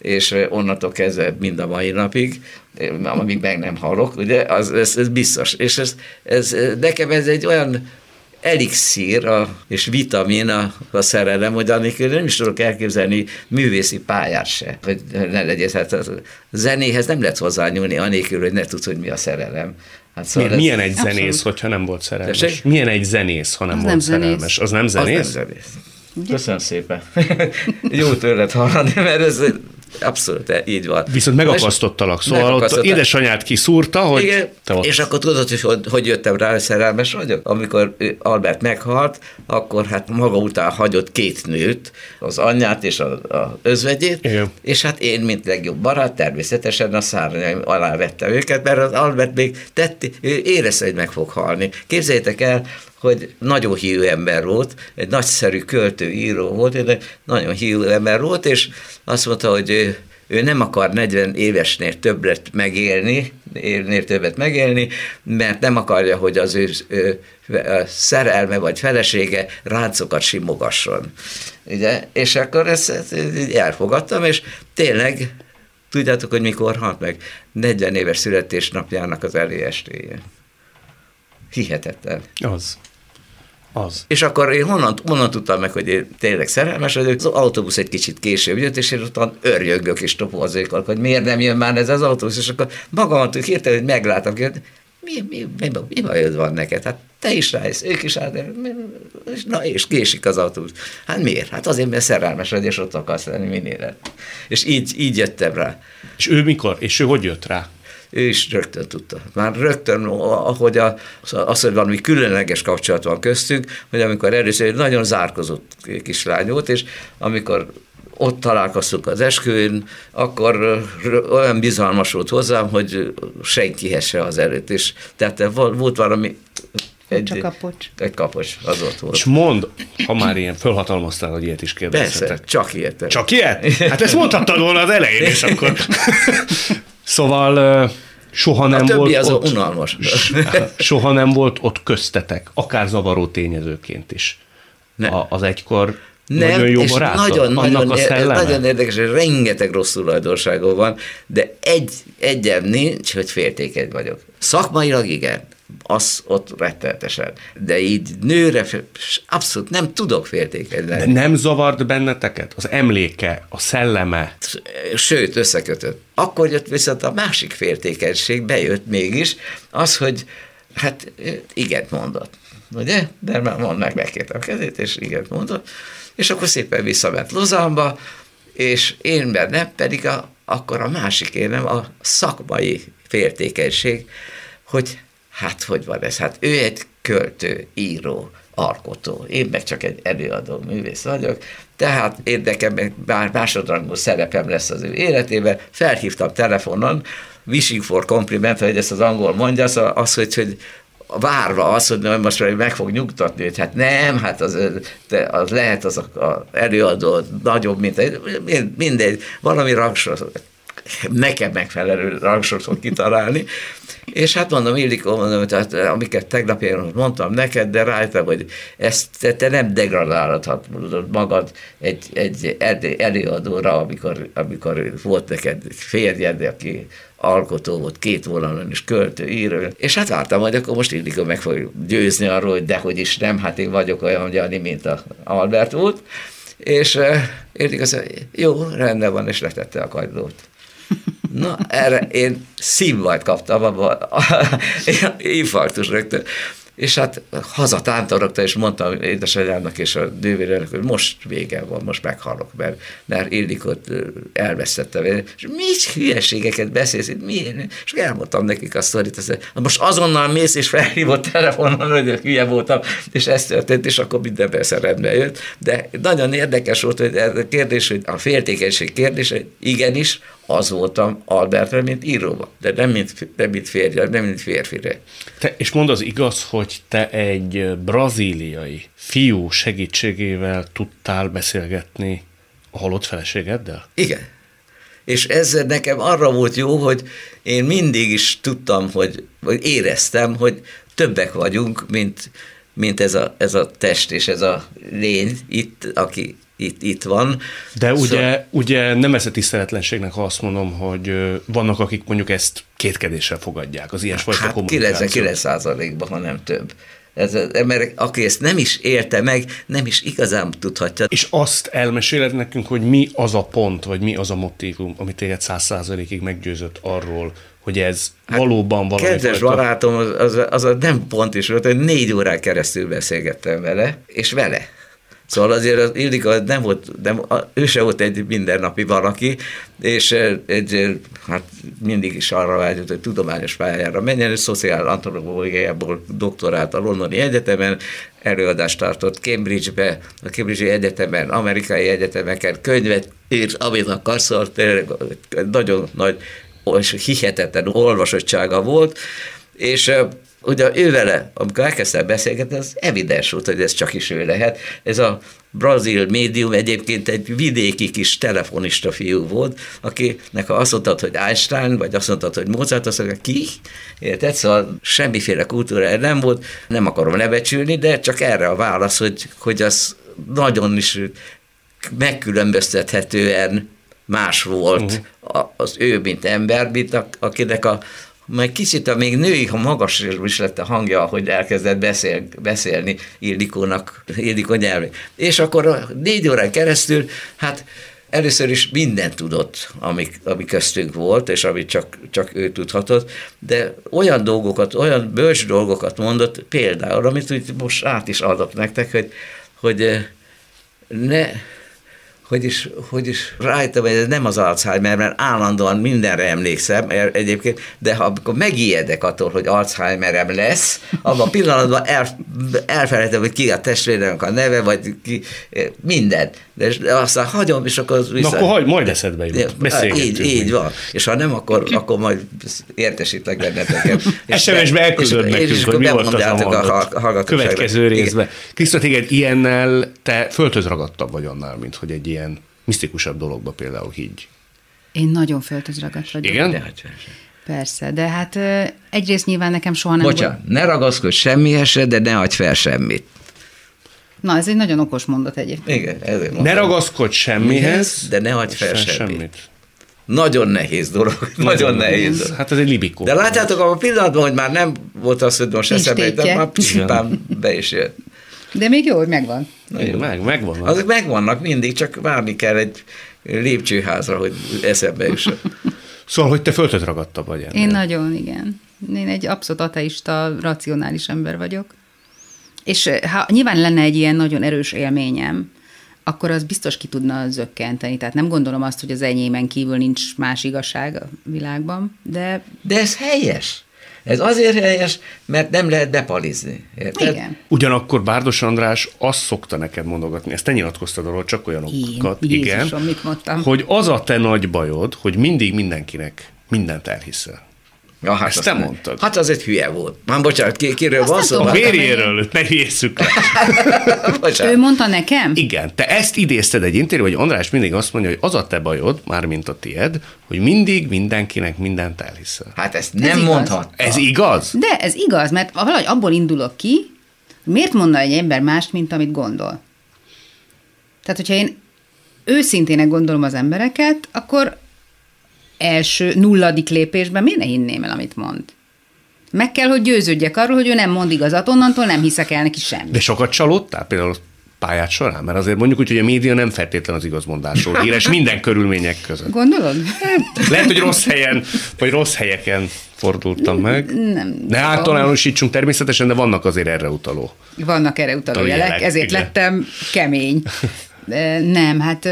és onnantól kezdve mind a mai napig, amíg meg nem halok, ugye, az, ez, ez biztos. És ez, ez, nekem ez egy olyan elixír a, és vitamin a, a szerelem, hogy annélkül nem is tudok elképzelni művészi pályát se, hogy ne legyen. Hát a zenéhez nem lehet hozzányúlni annélkül, hogy ne tudsz, hogy mi a szerelem. Hát szóval milyen, milyen egy abszolút. zenész, hogyha nem volt szerelmes? Tessék? Milyen egy zenész, ha nem Az volt nem szerelmes? zenész. Az nem zenész? Az nem zenész. Köszönöm szépen. Jó tőled hallani, mert ez abszolút így van. Viszont megakasztottalak, szóval ott édesanyád kiszúrta, hogy igen, te ott... És akkor tudod, hogy, hogy hogy jöttem rá, hogy szerelmes vagyok? Amikor Albert meghalt, akkor hát maga után hagyott két nőt, az anyját és az özvegyét, igen. És hát én, mint legjobb barát, természetesen a szárnyaim alá vettem őket, mert az Albert még tett, ő érezte, hogy meg fog halni. Képzeljétek el, hogy nagyon hívő ember volt, egy nagyszerű költő, író volt, de nagyon hívő ember volt, és azt mondta, hogy ő, ő nem akar negyven évesnél többet megélni, évnél többet megélni, mert nem akarja, hogy az ő, ő szerelme vagy felesége ráncokat simogasson. Ugye? És akkor ezt, ezt elfogadtam, és tényleg, tudjátok, hogy mikor halt meg? negyven éves születésnapjának az elé estéje. Hihetetlen. Az. Az. És akkor én honnan, honnan tudtam meg, hogy én tényleg szerelmes vagyok? Az autóbusz egy kicsit később jött, és én ottan örjögök és topozékolok, hogy miért nem jön már ez az autóbusz, és akkor magamat hirtelen, hogy megláttam, hogy mi, mi, mi, mi, mi bajod van neked? Hát te is rájössz, ők is rájössz, na és késik az autóbusz. Hát miért? Hát azért, mert szerelmes vagy, és ott akarsz lenni minél. És így, így jöttem rá. És ő mikor? És ő hogy jött rá? Ő is rögtön tudta. Már rögtön, ahogy a, az, hogy valami különleges kapcsolat van köztünk, hogy amikor először egy nagyon zárkozott kislány volt, és amikor ott találkoztunk az esküvőn, akkor olyan bizalmas volt hozzám, hogy senkihez se az előtt. És tehát volt valami... Egy, Csak kapocs. Egy kapocs, az ott volt. És mondd, ha már ilyen fölhatalmaztál, hogy ilyet is kérdezhetek. Persze, csak ilyet. Csak ilyet? Hát ezt mondhattad volna az elején, és akkor... Szóval soha nem a volt az ott... unalmas. Soha nem volt ott köztetek, akár zavaró tényezőként is. A, az egykor nem, nagyon jó és barátod? nagyon, Annak nagyon, a szelleme? nagyon érdekes, hogy rengeteg rossz tulajdonságom van, de egy, egyem nincs, hogy féltékeny vagyok. Szakmailag igen, az ott rettenetesen. De így nőre abszolút nem tudok féltékeny lenni. De nem zavart benneteket? Az emléke, a szelleme? Sőt, összekötött. Akkor jött viszont a másik féltékenység, bejött mégis, az, hogy hát igent mondott. Ugye? De már mond meg, megkértem a kezét, és igent mondott. És akkor szépen visszament Lozánba, és én bennem pedig a, akkor a másik énem a szakmai féltékenység, hogy hát hogy van ez? Hát ő egy költő, író, alkotó, én meg csak egy előadó művész vagyok, tehát én nekem bár másodrangú szerepem lesz az ő életében, felhívtam telefonon, wishing for compliment, hogy ezt az angol mondja, az, az hogy, hogy várva az, hogy most már meg fog nyugtatni, hogy hát nem, hát az, az lehet az a előadó nagyobb, mint egy, mindegy, valami rangsor, nekem megfelelő rangsort fog kitalálni, és hát mondom, Ildikó, mondom, tehát amiket tegnap én mondtam neked, de rájöttem, hogy ezt te, te nem degradálhatod magad egy, egy előadóra, amikor, amikor volt neked férjed, aki alkotó volt, két vonalon is költő, író, és hát vártam, hogy akkor most Ildikó meg fog győzni arról, hogy dehogy is nem, hát én vagyok olyan Gyani, mint a Albert volt, és uh, Ildikó azt mondja, jó, rendben van, és letette a kagylót. Na, erre én szívbajt kaptam, abban infarktus rögtön. És hát hazatántorogta, és mondtam édesanyámnak és a nővéremnek, hogy most vége van, most meghalok, mert, mert Ildikót elvesztettem. És mi hülyeségeket beszélsz itt, miért? És elmondtam nekik a sztorit, azt, most azonnal mész, és felhívott telefonon, hogy hülye voltam, és ez történt, és akkor minden persze rendben jött. De nagyon érdekes volt, hogy ez a kérdés, hogy a féltékenység kérdése, igenis, az voltam Albertre, mint íróba, de nem mint, nem mint férje, nem mint férfire. Te, és mondd, az igaz, hogy te egy brazíliai fiú segítségével tudtál beszélgetni a halott feleségeddel? Igen. És ez nekem arra volt jó, hogy én mindig is tudtam, hogy, vagy éreztem, hogy többek vagyunk, mint, mint ez, a, ez a test és ez a lény itt, aki itt, itt van. De ugye, szóval... ugye nem ez a tiszteletlenségnek, ha azt mondom, hogy vannak, akik mondjuk ezt kétkedéssel fogadják, az ilyesfajta hát kommunikációt. kilencvenkilenc százalékban, ha nem több. Ez az ember, aki ezt nem is élte meg, nem is igazán tudhatja. És azt elmeséled nekünk, hogy mi az a pont, vagy mi az a motívum, ami téged száz százalékig meggyőzött arról, hogy ez hát valóban valami kedves fajta... barátom, az, az, az a nem pont is volt, hogy négy órán keresztül beszélgettem vele, és vele. Szóval azért az Ildikó nem volt, nem, ő se volt egy mindennapi valaki, és egy, hát mindig is arra vágyott, hogy tudományos pályára menjen, és szociál antropológiából doktorált a Londoni Egyetemen, előadást tartott Cambridge-be, a Cambridge-i Egyetemen, amerikai egyetemeken, könyvet írt, amit akarsz, szóval nagyon nagy és hihetetlen olvasottsága volt, és ugye ő vele, amikor elkezdtem beszélgetni, az evidens volt, hogy ez csak is ő lehet. Ez a brazil médium egyébként egy vidéki kis telefonista fiú volt, akinek ha azt mondtad, hogy Einstein, vagy azt mondtad, hogy Mozart, azt mondta, ki? Érted? Szóval semmiféle kultúra nem volt, nem akarom lebecsülni, de csak erre a válasz, hogy, hogy az nagyon is megkülönböztethetően más volt uh-huh. az ő, mint ember, mint akinek a majd kicsit a még női, ha magas is lett a hangja, hogy elkezdett beszél, beszélni Ildikónak, Ildikó nyelvén. És akkor négy órán keresztül, hát először is mindent tudott, ami, ami köztünk volt, és amit csak, csak ő tudhatott, de olyan dolgokat, olyan bölcs dolgokat mondott, például, amit úgy most át is adok nektek, hogy, hogy ne... Hogy is, hogy is rájöttem, hogy ez nem az Alzheimer, mert állandóan mindenre emlékszem egyébként, de ha amikor megijedek attól, hogy Alzheimerem lesz, abban a pillanatban el, elfelejtem, hogy ki a testvéremnek a neve, vagy ki, minden. De aztán hagyom, és akkor vissza... Na akkor hagy, majd eszedbe jut. Beszélgetünk. Így, így van. És ha nem, akkor, akkor majd értesítlek benneteket. es em es-be elküldöd nekünk, hogy mi volt az a mondat. Következő részben. Kriszta, téged ilyennel te földhöz ragadtabb vagy annál, mint hogy egy ilyen misztikusabb dologba például higgy. Én nagyon földhöz ragadt vagyok. Igen? De, persze, de hát egyrészt nyilván nekem soha nem Bocsánat, volt... ne ragaszkodj semmihez se, de ne adj fel semmit. Na, ez egy nagyon okos mondat egyébként. Igen, ezért mondom. Ne ragaszkodj semmihez, de ne adj fel semmit. semmit. Nagyon nehéz dolog, nagyon, nagyon nehéz dolog. Hát ez egy libikó. De látjátok, a pillanatban, hogy már nem volt az, hogy most eszembe, de már picipán be is jött. De még jó, hogy megvan. Jó, meg, megvannak. Azok megvannak mindig, csak várni kell egy lépcsőházra, hogy eszembe jusson. Szóval, hogy te földhöz ragadtabb vagy ennél. Én nagyon, igen. Én egy abszolút ateista, racionális ember vagyok. És ha nyilván lenne egy ilyen nagyon erős élményem, akkor az biztos ki tudna zökkenteni. Tehát nem gondolom azt, hogy az enyémen kívül nincs más igazság a világban, de... De ez helyes. Ez azért helyes, mert nem lehet bepalizni. Érted? Igen. Ugyanakkor Bárdos András azt szokta neked mondogatni, ezt te nyilatkoztad arról, csak olyanokat, Én, igen, Jézusom, mit mondtam? hogy az a te nagy bajod, hogy mindig mindenkinek mindent elhiszel. Ja, hát ezt te mondtad. Hát az egy hülye volt. Már bocsánat, ki, kiről van szó? A vérjéről, ne hülyesszük le. Ő mondta nekem? Igen, te ezt idézted egy interjúban, hogy András mindig azt mondja, hogy az a te bajod, mármint a tied, hogy mindig mindenkinek mindent elhiszel. Hát ezt nem mondhat. Ez igaz? De ez igaz, mert valahogy abból indulok ki, miért mondna egy ember mást, mint amit gondol. Tehát, hogyha én őszintének gondolom az embereket, akkor első, nulladik lépésben miért ne hinném el, amit mond? Meg kell, hogy győződjek arról, hogy ő nem mond igazat, onnantól nem hiszek el neki semmit. De sokat csalódtál például pályát során? Mert azért mondjuk úgy, hogy a média nem feltétlen az igazmondásról híres minden körülmények között. Gondolod? Lehet, hogy rossz helyen, vagy rossz helyeken fordultam meg. Nem. Ne általánosítsunk természetesen, de vannak azért erre utaló. Vannak erre utaló jelek, jelek, ezért igen. lettem kemény. Nem, hát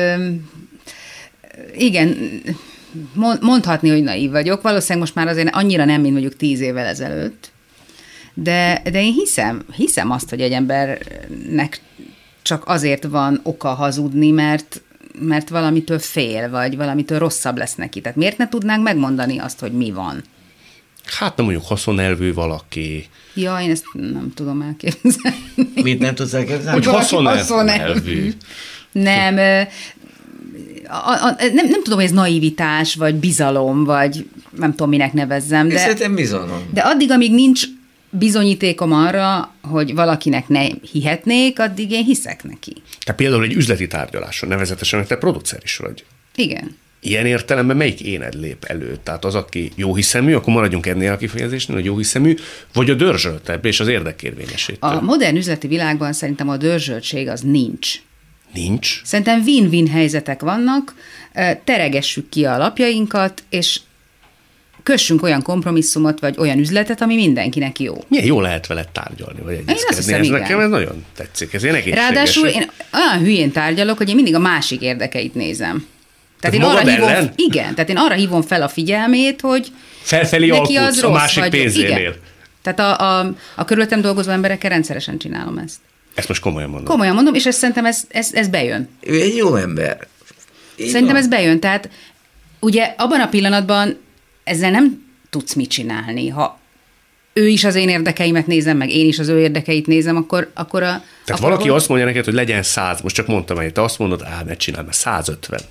igen, mondhatni, hogy naív vagyok. Valószínűleg most már azért annyira nem, mint mondjuk tíz évvel ezelőtt. De, de én hiszem, hiszem azt, hogy egy embernek csak azért van oka hazudni, mert, mert valamitől fél, vagy valamitől rosszabb lesz neki. Tehát miért ne tudnánk megmondani azt, hogy mi van? Hát nem mondjuk haszonelvű valaki. Ja, én ezt nem tudom elképzelni. Mit nem tudsz elképzelni? Hogy haszonelvű. Nem, a, a, nem, nem tudom, hogy ez naivitás, vagy bizalom, vagy nem tudom, minek nevezzem. De, szerintem bizalom. De addig, amíg nincs bizonyítékom arra, hogy valakinek ne hihetnék, addig én hiszek neki. Te például egy üzleti tárgyaláson, nevezetesen, hogy te producer is vagy. Igen. Ilyen értelemben melyik éned lép elő? Tehát az, aki jóhiszemű, akkor maradjunk ennél a kifejezésnél, hogy jóhiszemű, vagy a dörzsöltebb és az érdekérvényesítő? A modern üzleti világban szerintem a dörzsöltség az nincs. Nincs? Szerintem win-win helyzetek vannak, teregessük ki a lapjainkat, és kössünk olyan kompromisszumot, vagy olyan üzletet, ami mindenkinek jó. Milyen jó lehet vele tárgyalni, vagy egyezkedni. Ez igen. nekem ez nagyon tetszik, ez ilyen egészséges. Ráadásul én olyan hülyén tárgyalok, hogy én mindig a másik érdekeit nézem. Tehát, Tehát én arra hívom, ellen? igen, tehát én arra hívom fel a figyelmét, hogy felfelé neki az alkutsz rossz, a másik vagy, pénzénél. Igen. Tehát a, a, a körülöttem dolgozó emberekkel rendszeresen csinálom ezt. Ezt most komolyan mondom. Komolyan mondom, és ezt szerintem ez, ez, ez bejön. Ő egy jó ember. Így Szerintem van. ez bejön, tehát ugye abban a pillanatban ezzel nem tudsz mit csinálni. Ha ő is az én érdekeimet nézem, meg én is az ő érdekeit nézem, akkor, akkor a... Tehát akkor valaki ahol... azt mondja neked, hogy legyen száz, most csak mondtam, hogy te azt mondod, á, ne csinálj, mert százötven.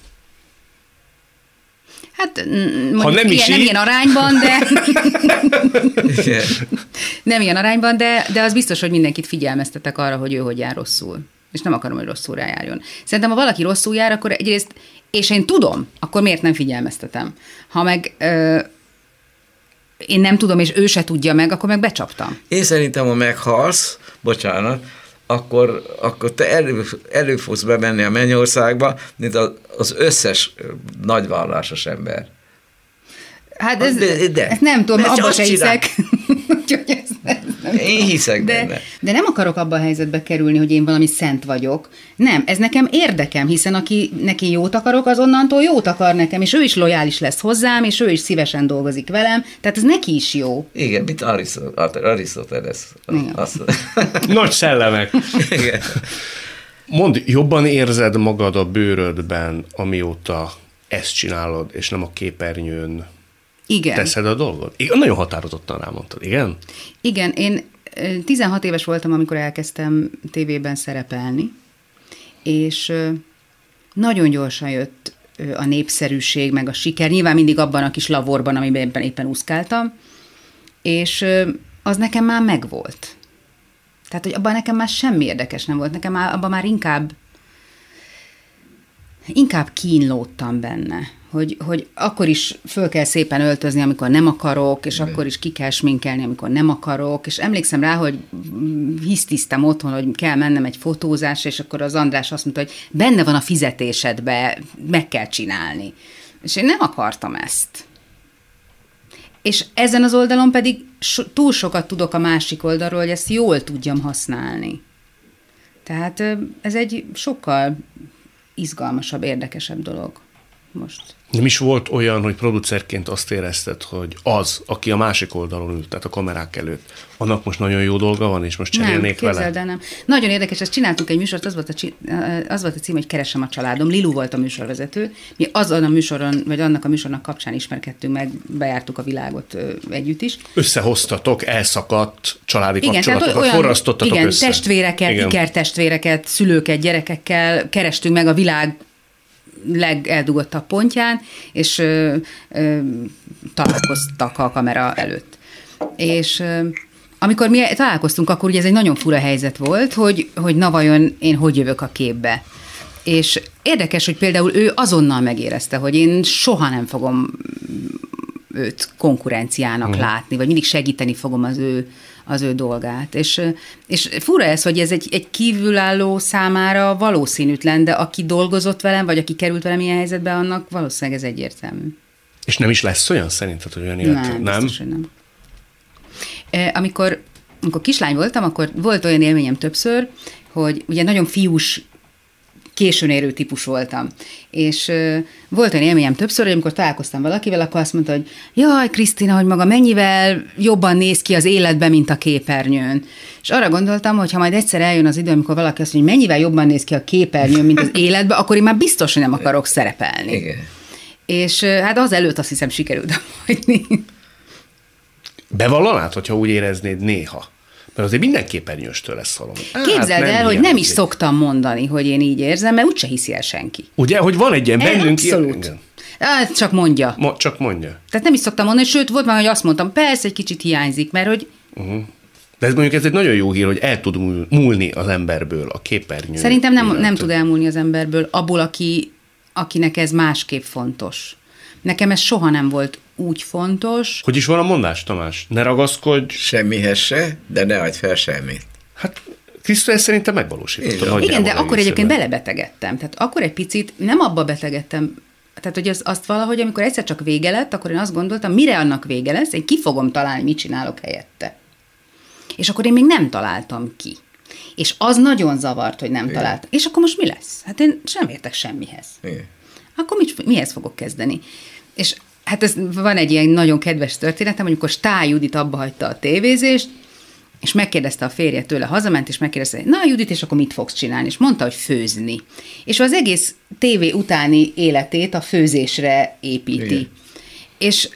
Hát mondjuk Ha nem, ilyen, is nem így... ilyen arányban, de... Igen. nem ilyen arányban, de, de az biztos, hogy mindenkit figyelmeztetek arra, hogy ő hogy jár rosszul. És nem akarom, hogy rosszul rájárjon. Szerintem, ha valaki rosszul jár, akkor egyrészt, és én tudom, akkor miért nem figyelmeztetem? Ha meg ö, én nem tudom, és ő se tudja meg, akkor meg becsaptam. Én szerintem, ha meghalsz, bocsánat, akkor, akkor te elő, elő fogsz bemenni a mennyországba, mint az, az összes nagyvallásos ember. Hát ez, de, de. ezt nem tudom, Mert abba azt se csinál- hiszek. Úgyhogy ezt nem, nem Én tudom. hiszek de, benne. De nem akarok abba a helyzetbe kerülni, hogy én valami szent vagyok. Nem, ez nekem érdekem, hiszen aki neki jót akarok, az onnantól jót akar nekem, és ő is lojális lesz hozzám, és ő is szívesen dolgozik velem, tehát ez neki is jó. Igen, mint Arisztoteles. Azt... Nagy szellemek. Igen. Mondd, jobban érzed magad a bőrödben, amióta ezt csinálod, és nem a képernyőn Igen. teszed a dolgot? Igen, nagyon határozottan rámondtad, igen? Igen, én tizenhat éves voltam, amikor elkezdtem tévében szerepelni, és nagyon gyorsan jött a népszerűség, meg a siker, nyilván mindig abban a kis lavorban, amiben éppen, éppen úszkáltam, és az nekem már megvolt. Tehát, hogy abban nekem már semmi érdekes nem volt, nekem már, abban már inkább inkább kínlódtam benne, hogy, hogy akkor is föl kell szépen öltözni, amikor nem akarok, és akkor is ki kell sminkelni, amikor nem akarok, és emlékszem rá, hogy hisztisztem otthon, hogy kell mennem egy fotózásra, és akkor az András azt mondta, hogy benne van a fizetésedbe, meg kell csinálni. És én nem akartam ezt. És ezen az oldalon pedig so, túl sokat tudok a másik oldalról, hogy ezt jól tudjam használni. Tehát ez egy sokkal izgalmasabb, érdekesebb dolog most. Nem is volt olyan, hogy producerként azt érezted, hogy az, aki a másik oldalon ült, tehát a kamerák előtt, annak most nagyon jó dolga van, és most cserélnék nem, vele? Nem, nem. Nagyon érdekes, ezt csináltunk egy műsort, az volt, a, az volt a cím, hogy Keresem a családom. Lilu volt a műsorvezető. Mi azon a műsoron, vagy annak a műsornak kapcsán ismerkedtünk meg, bejártuk a világot együtt is. Összehoztatok elszakadt családi igen, kapcsolatokat, olyan, forrasztottatok igen, össze. testvéreket, igen. ikertestvéreket, szülőket, gyerekekkel kerestünk meg a világ legeldugottabb pontján, és ö, ö, találkoztak a kamera előtt. És ö, amikor mi találkoztunk, akkor ugye ez egy nagyon fura helyzet volt, hogy, hogy na vajon én hogy jövök a képbe. És érdekes, hogy például ő azonnal megérezte, hogy én soha nem fogom őt konkurenciának uh-huh. látni, vagy mindig segíteni fogom az ő, az ő dolgát. És, és fura ez, hogy ez egy, egy kívülálló számára valószínűtlen, de aki dolgozott velem, vagy aki került velem ilyen helyzetbe, annak valószínűleg ez egyértelmű. És nem is lesz olyan szerinted, hogy olyan élet? Nem, nem? biztos, hogy nem. Amikor, amikor kislány voltam, akkor volt olyan élményem többször, hogy ugye nagyon fiús, későn érő típus voltam. És uh, volt olyan élményem többször, hogy amikor találkoztam valakivel, akkor azt mondta, hogy jaj, Krisztina, hogy maga mennyivel jobban néz ki az életben, mint a képernyőn. És arra gondoltam, hogy ha majd egyszer eljön az idő, amikor valaki azt mondja, hogy mennyivel jobban néz ki a képernyőn, mint az életben, akkor én már biztos, hogy nem akarok szerepelni. Igen. És uh, hát az előtt azt hiszem sikerült hagyni. Bevallanád, hogyha úgy éreznéd néha? Mert azért minden képernyőstől lesz valami. Képzeld hát el, hogy ilyen nem is azért. szoktam mondani, hogy én így érzem, mert úgyse hiszi el senki. Ugye, hogy van egy ilyen bennünk... Abszolút. Ilyen, Hát csak mondja. Ma, csak mondja. Tehát nem is szoktam mondani, sőt, volt már, hogy azt mondtam, persze, egy kicsit hiányzik, mert hogy Uh-huh. De ez mondjuk ez egy nagyon jó hír, hogy el tud múlni az emberből a képernyő. Szerintem nem, nem tud elmúlni az emberből abból, aki, akinek ez másképp fontos. Nekem ez soha nem volt úgy fontos. Hogy is van a mondás, Tamás? Ne ragaszkodj. Semmihez se, de ne adj fel semmit. Hát Krisztus ezt szerintem megvalósította. Igen, de akkor egyébként belebetegedtem. Tehát akkor egy picit nem abba betegedtem, tehát hogy az, azt valahogy, amikor egyszer csak vége lett, akkor én azt gondoltam, mire annak vége lesz, én ki fogom találni, mit csinálok helyette. És akkor én még nem találtam ki. És az nagyon zavart, hogy nem Igen. találtam. És akkor most mi lesz? Hát én sem értek semmihez. Igen. Akkor mit, mihez fogok kezdeni? És hát ez van egy ilyen nagyon kedves történetem, amikor Stály Judit abba hagyta a tévézést, és megkérdezte a férje tőle, hazament, és megkérdezte, na Judit, és akkor mit fogsz csinálni? És mondta, hogy főzni. És az egész tévé utáni életét a főzésre építi. Igen. És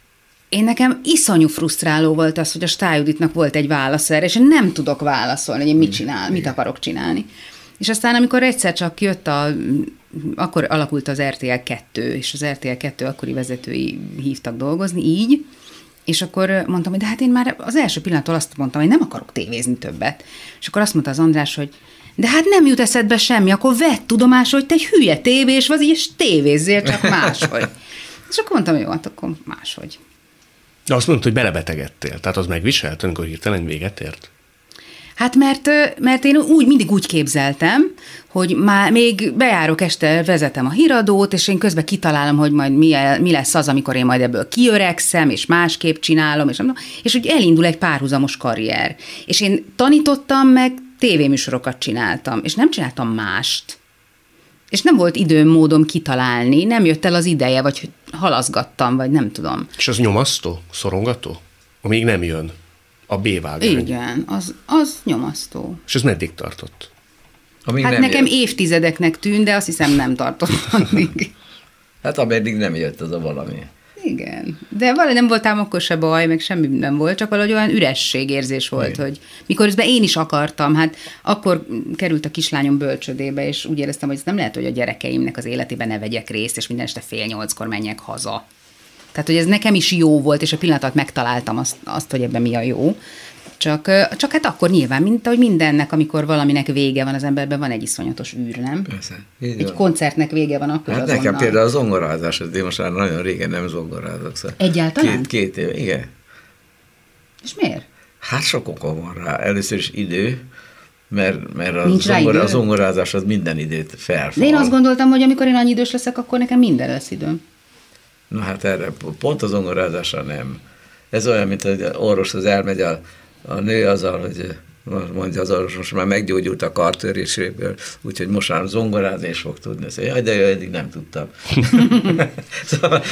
én nekem iszonyú frusztráló volt az, hogy a Stály Juditnak volt egy válasz erre, és én nem tudok válaszolni, hogy én mit csinál, mit akarok csinálni. És aztán, amikor egyszer csak jött a, akkor alakult az er té el kettő, és az er té el kettő akkori vezetői hívtak dolgozni, így, és akkor mondtam, hogy de hát én már az első pillanattól azt mondtam, hogy nem akarok tévézni többet. És akkor azt mondta az András, hogy de hát nem jut eszedbe semmi, akkor vedd tudomásul, hogy te egy hülye tévés vagy, és tévézzél csak máshogy. És akkor mondtam, hogy jó, hát akkor máshogy. De azt mondtad, hogy belebetegedtél, tehát az megviselt, amikor hirtelen véget ért? Hát mert, mert én úgy mindig úgy képzeltem, hogy már még bejárok este, vezetem a híradót, és én közben kitalálom, hogy majd mi, mi lesz az, amikor én majd ebből kiöregszem, és másképp csinálom, és, és úgy elindul egy párhuzamos karrier. És én tanítottam, meg tévéműsorokat csináltam, és nem csináltam mást. És nem volt időm, módom kitalálni, nem jött el az ideje, vagy halaszgattam, vagy nem tudom. És az nyomasztó, szorongató? Amíg nem jön a B-vágány. Igen, az, az nyomasztó. És ez meddig tartott? Amíg hát nekem jött. Évtizedeknek tűnt, de azt hiszem nem tartott addig. Hát ameddig nem jött az a valami. Igen, de valahogy nem voltám akkor se baj, meg semmi nem volt, csak valahogy olyan ürességérzés volt, Igen. hogy miközben én is akartam, hát akkor került a kislányom bölcsödébe, és úgy éreztem, hogy ez nem lehet, hogy a gyerekeimnek az életében ne vegyek részt, és minden este fél nyolckor menjek haza. Tehát, hogy ez nekem is jó volt, és a pillanatot megtaláltam azt, azt, hogy ebben mi a jó. Csak, csak hát akkor nyilván, mint ahogy mindennek, amikor valaminek vége van az emberben, van egy iszonyatos űr, nem? Persze. Egy van. Koncertnek vége van akkor hát azonnal. Nekem például a zongorázás, én most már nagyon régen nem zongorázok. Szóval Egyáltalán? Két, két éve, igen. És miért? Hát sok oka van rá. Először is idő, mert, mert a, zongor, a zongorázás az minden időt felfal. De én azt gondoltam, hogy amikor én annyi idős leszek, akkor nekem minden lesz időm. Na hát erre pont a zongorázásra nem. Ez olyan, mint hogy orvoshoz elmegy a, a nő azzal, hogy mondja az orvos, most már meggyógyult a kartöréséből, úgyhogy most már zongorázni is fog tudni. Szóval, jaj, de eddig nem tudtam. Szóval...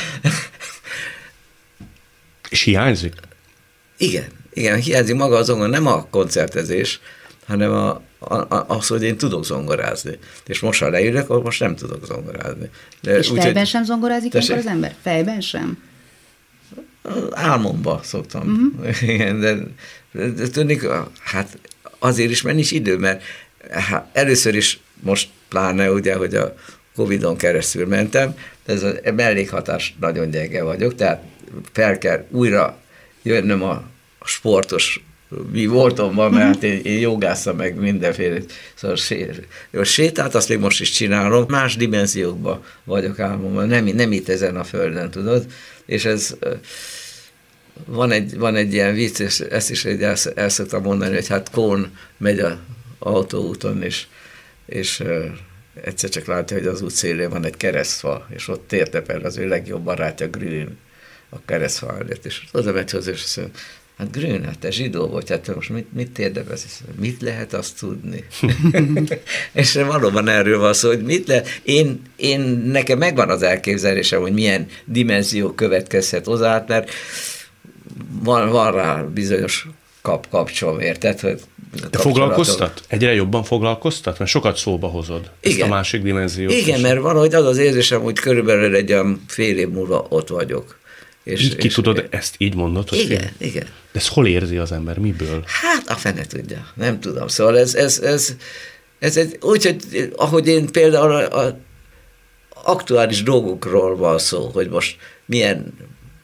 És hiányzik? Igen, igen, hiányzik maga a zongor, nem a koncertezés, hanem a, a, a, az, hogy én tudok zongorázni. És most, ha leülök, akkor most nem tudok zongorázni. De és úgy, fejben hogy... sem zongorázik ilyenkor az ember? Fejben sem? Álmomba szoktam. Uh-huh. Igen, de, de tudnék, hát azért is, mert nincs idő, mert hát először is most pláne ugye, hogy a Covidon keresztül mentem, de ez a mellékhatás nagyon gyenge vagyok, tehát fel kell újra jönnöm a sportos mi voltomban, mert én, én jogászom meg mindenféle. Szóval sétát azt még most is csinálom, más dimenziókban vagyok álmomban, nem, nem itt ezen a földön, tudod, és ez van egy, van egy ilyen vicc, és ezt is el, el szoktam mondani, hogy hát Kohn megy az autóúton, és, és egyszer csak látja, hogy az út szélén van egy keresztfa, és ott térdepel az ő legjobb barátja Grün a keresztfa előtt, és oda megy hozzá, és azt mondja, hát Grün, hát te zsidó vagy, hát most mit, mit térdepelsz? Mit lehet azt tudni? És valóban erről van szó, hogy mit lehet, én, én, nekem megvan az elképzelésem, hogy milyen dimenzió következhet hozzá, mert van, van rá bizonyos kap, kapcsolom, érted? Hogy de foglalkoztat? Egyre jobban foglalkoztat? Mert sokat szóba hozod ezt igen. a másik dimenziót. Igen, is. Mert valahogy az az érzésem, hogy körülbelül egy olyan fél év múlva ott vagyok. És, így ki és tudod, és, ezt így mondod? Hogy igen, fél? igen. De ezt hol érzi az ember? Miből? Hát a fene tudja, nem tudom. Szóval ez, ez, ez, ez egy, úgy, hogy ahogy én például a, a aktuális dolgokról van szó, hogy most milyen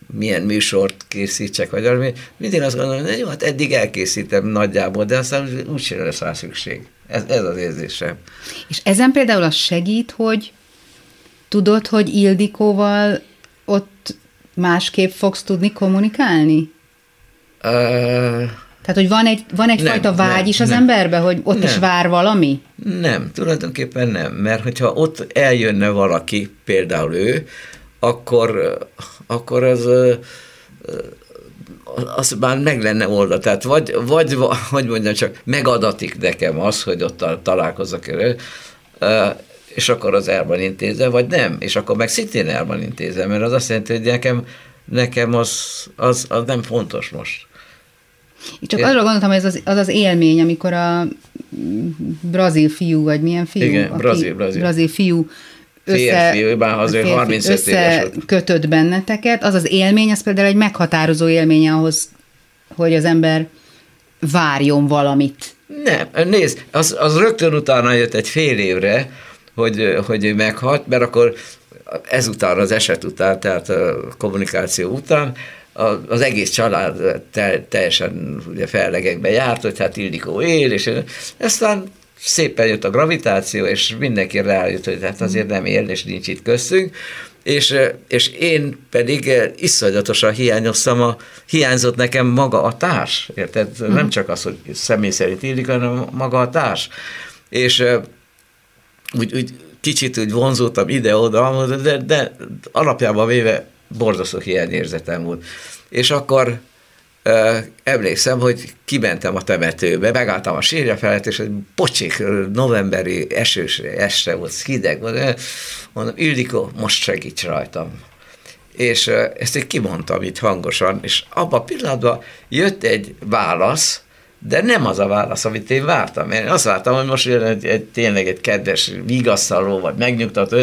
milyen műsort készítsek, vagy valami, mindig azt gondolom, hogy jó, hát eddig elkészítem nagyjából, de aztán úgyse lesz rá szükség. Ez, ez az érzésem. És ezen például az segít, hogy tudod, hogy Ildikóval ott másképp fogsz tudni kommunikálni? Uh, Tehát, hogy van egy, van egyfajta vágy nem, is az nem, emberbe, hogy ott nem, is vár valami? Nem, tulajdonképpen nem, mert hogyha ott eljönne valaki, például ő, akkor, akkor az, az már meg lenne oldva. Tehát vagy, vagy, hogy mondjam, csak megadatik nekem az, hogy ott találkozzak elő, és akkor az el van intézve, vagy nem, és akkor meg szintén el van intézve, mert az azt jelenti, hogy nekem, nekem az, az, az nem fontos most. Én csak arra gondoltam, hogy ez az, az az élmény, amikor a brazil fiú, vagy milyen fiú? Igen, brazil, brazil. brazil fiú összekötött benneteket, az az élmény, az például egy meghatározó élmény ahhoz, hogy az ember várjon valamit. Nem, nézd, az, az rögtön utána jött egy fél évre, hogy, hogy ő meghalt, mert akkor ezután, az eset után, tehát a kommunikáció után, az egész család teljesen ugye fellegekbe járt, hogy hát Ildikó él, és aztán szépen jött a gravitáció, és mindenki rájött, hogy hát azért nem él, és nincs itt köztünk, és, és én pedig iszonyatosan hiányoztam, a, hiányzott nekem maga a társ, érted? Uh-huh. Nem csak az, hogy személy szerint Ildikó, hanem maga a társ. És úgy, úgy kicsit úgy vonzódtam ide-oda, de, de alapjában véve borzasztó hiányérzetem volt. És akkor uh, emlékszem, hogy kimentem a temetőbe, megálltam a sírja felett, és egy pocsék novemberi esős este volt, hideg volt, mondom, Ildikó, most segíts rajtam. És uh, ezt így kimondtam így hangosan, és abban a pillanatban jött egy válasz, de nem az a válasz, amit én vártam. Én azt vártam, hogy most jön egy, egy, tényleg egy kedves vigasztaló, vagy megnyugtató,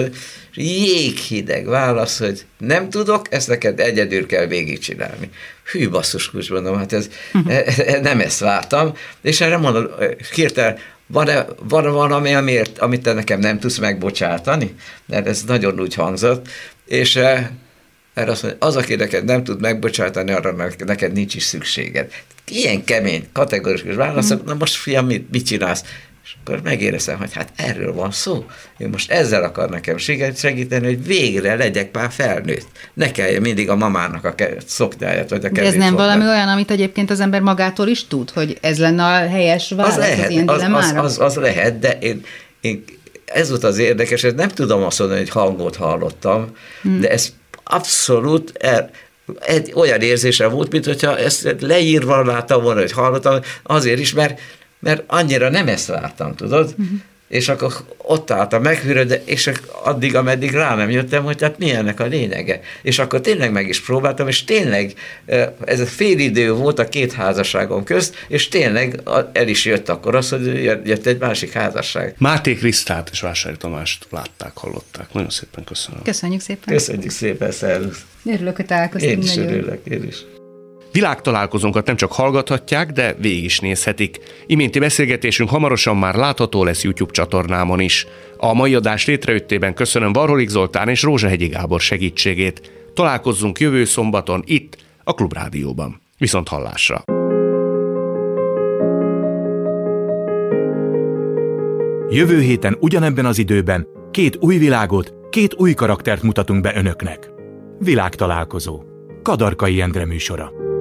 jéghideg válasz, hogy nem tudok, ezt neked egyedül kell végigcsinálni. Hű, basszus, úgy mondom, hát ez, uh-huh. nem ezt vártam, és erre mondom, hirtelen, van-e, van valami, amiért, amit te nekem nem tudsz megbocsátani? Mert ez nagyon úgy hangzott, és erre azt mondja, az, aki neked nem tud megbocsátani, arra neked nincs is szükséged. Ilyen kemény, kategorikus válaszok, mm. na most fiam, mit, mit csinálsz? És akkor megéreztem, hogy hát erről van szó. Én most ezzel akar nekem segíteni, hogy végre legyek már felnőtt. Ne kelljen mindig a mamának a szoknyáját, vagy a kezét. De ez nem szoknyát. Valami olyan, amit egyébként az ember magától is tud, hogy ez lenne a helyes válasz az, lehet, az ilyen az, az, az, az lehet, de én, én ez volt az érdekes, hogy nem tudom azt mondani, hogy hangot hallottam, mm. de ez abszolút el, egy olyan érzésem volt, mint hogyha ezt leírva láttam volna, hogy hallottam, azért is, mert, mert annyira nem ezt vártam, tudod? Uh-huh. És akkor ott álltam meghűrödve, és addig, ameddig rá nem jöttem, hogy hát mi ennek a lényege. És akkor tényleg meg is próbáltam, és tényleg ez a fél idő volt a két házasságom közt, és tényleg el is jött akkor az, hogy jött egy másik házasság. Máté Krisztát és Vásári Tamást látták, hallották. Nagyon szépen köszönöm. Köszönjük szépen. Köszönjük szépen, szervusz. Örülök, hogy találkoztunk. Én is örülök, én is. Világtalálkozónkat nem csak hallgathatják, de végig is nézhetik. Iménti beszélgetésünk hamarosan már látható lesz YouTube csatornámon is. A mai adás létrejöttében köszönöm Varholik Zoltán és Rózsahegyi Gábor segítségét. Találkozzunk jövő szombaton itt, a Klubrádióban. Viszont hallásra! Jövő héten ugyanebben az időben két új világot, két új karaktert mutatunk be önöknek. Világtalálkozó. Kadarkai Endre műsora.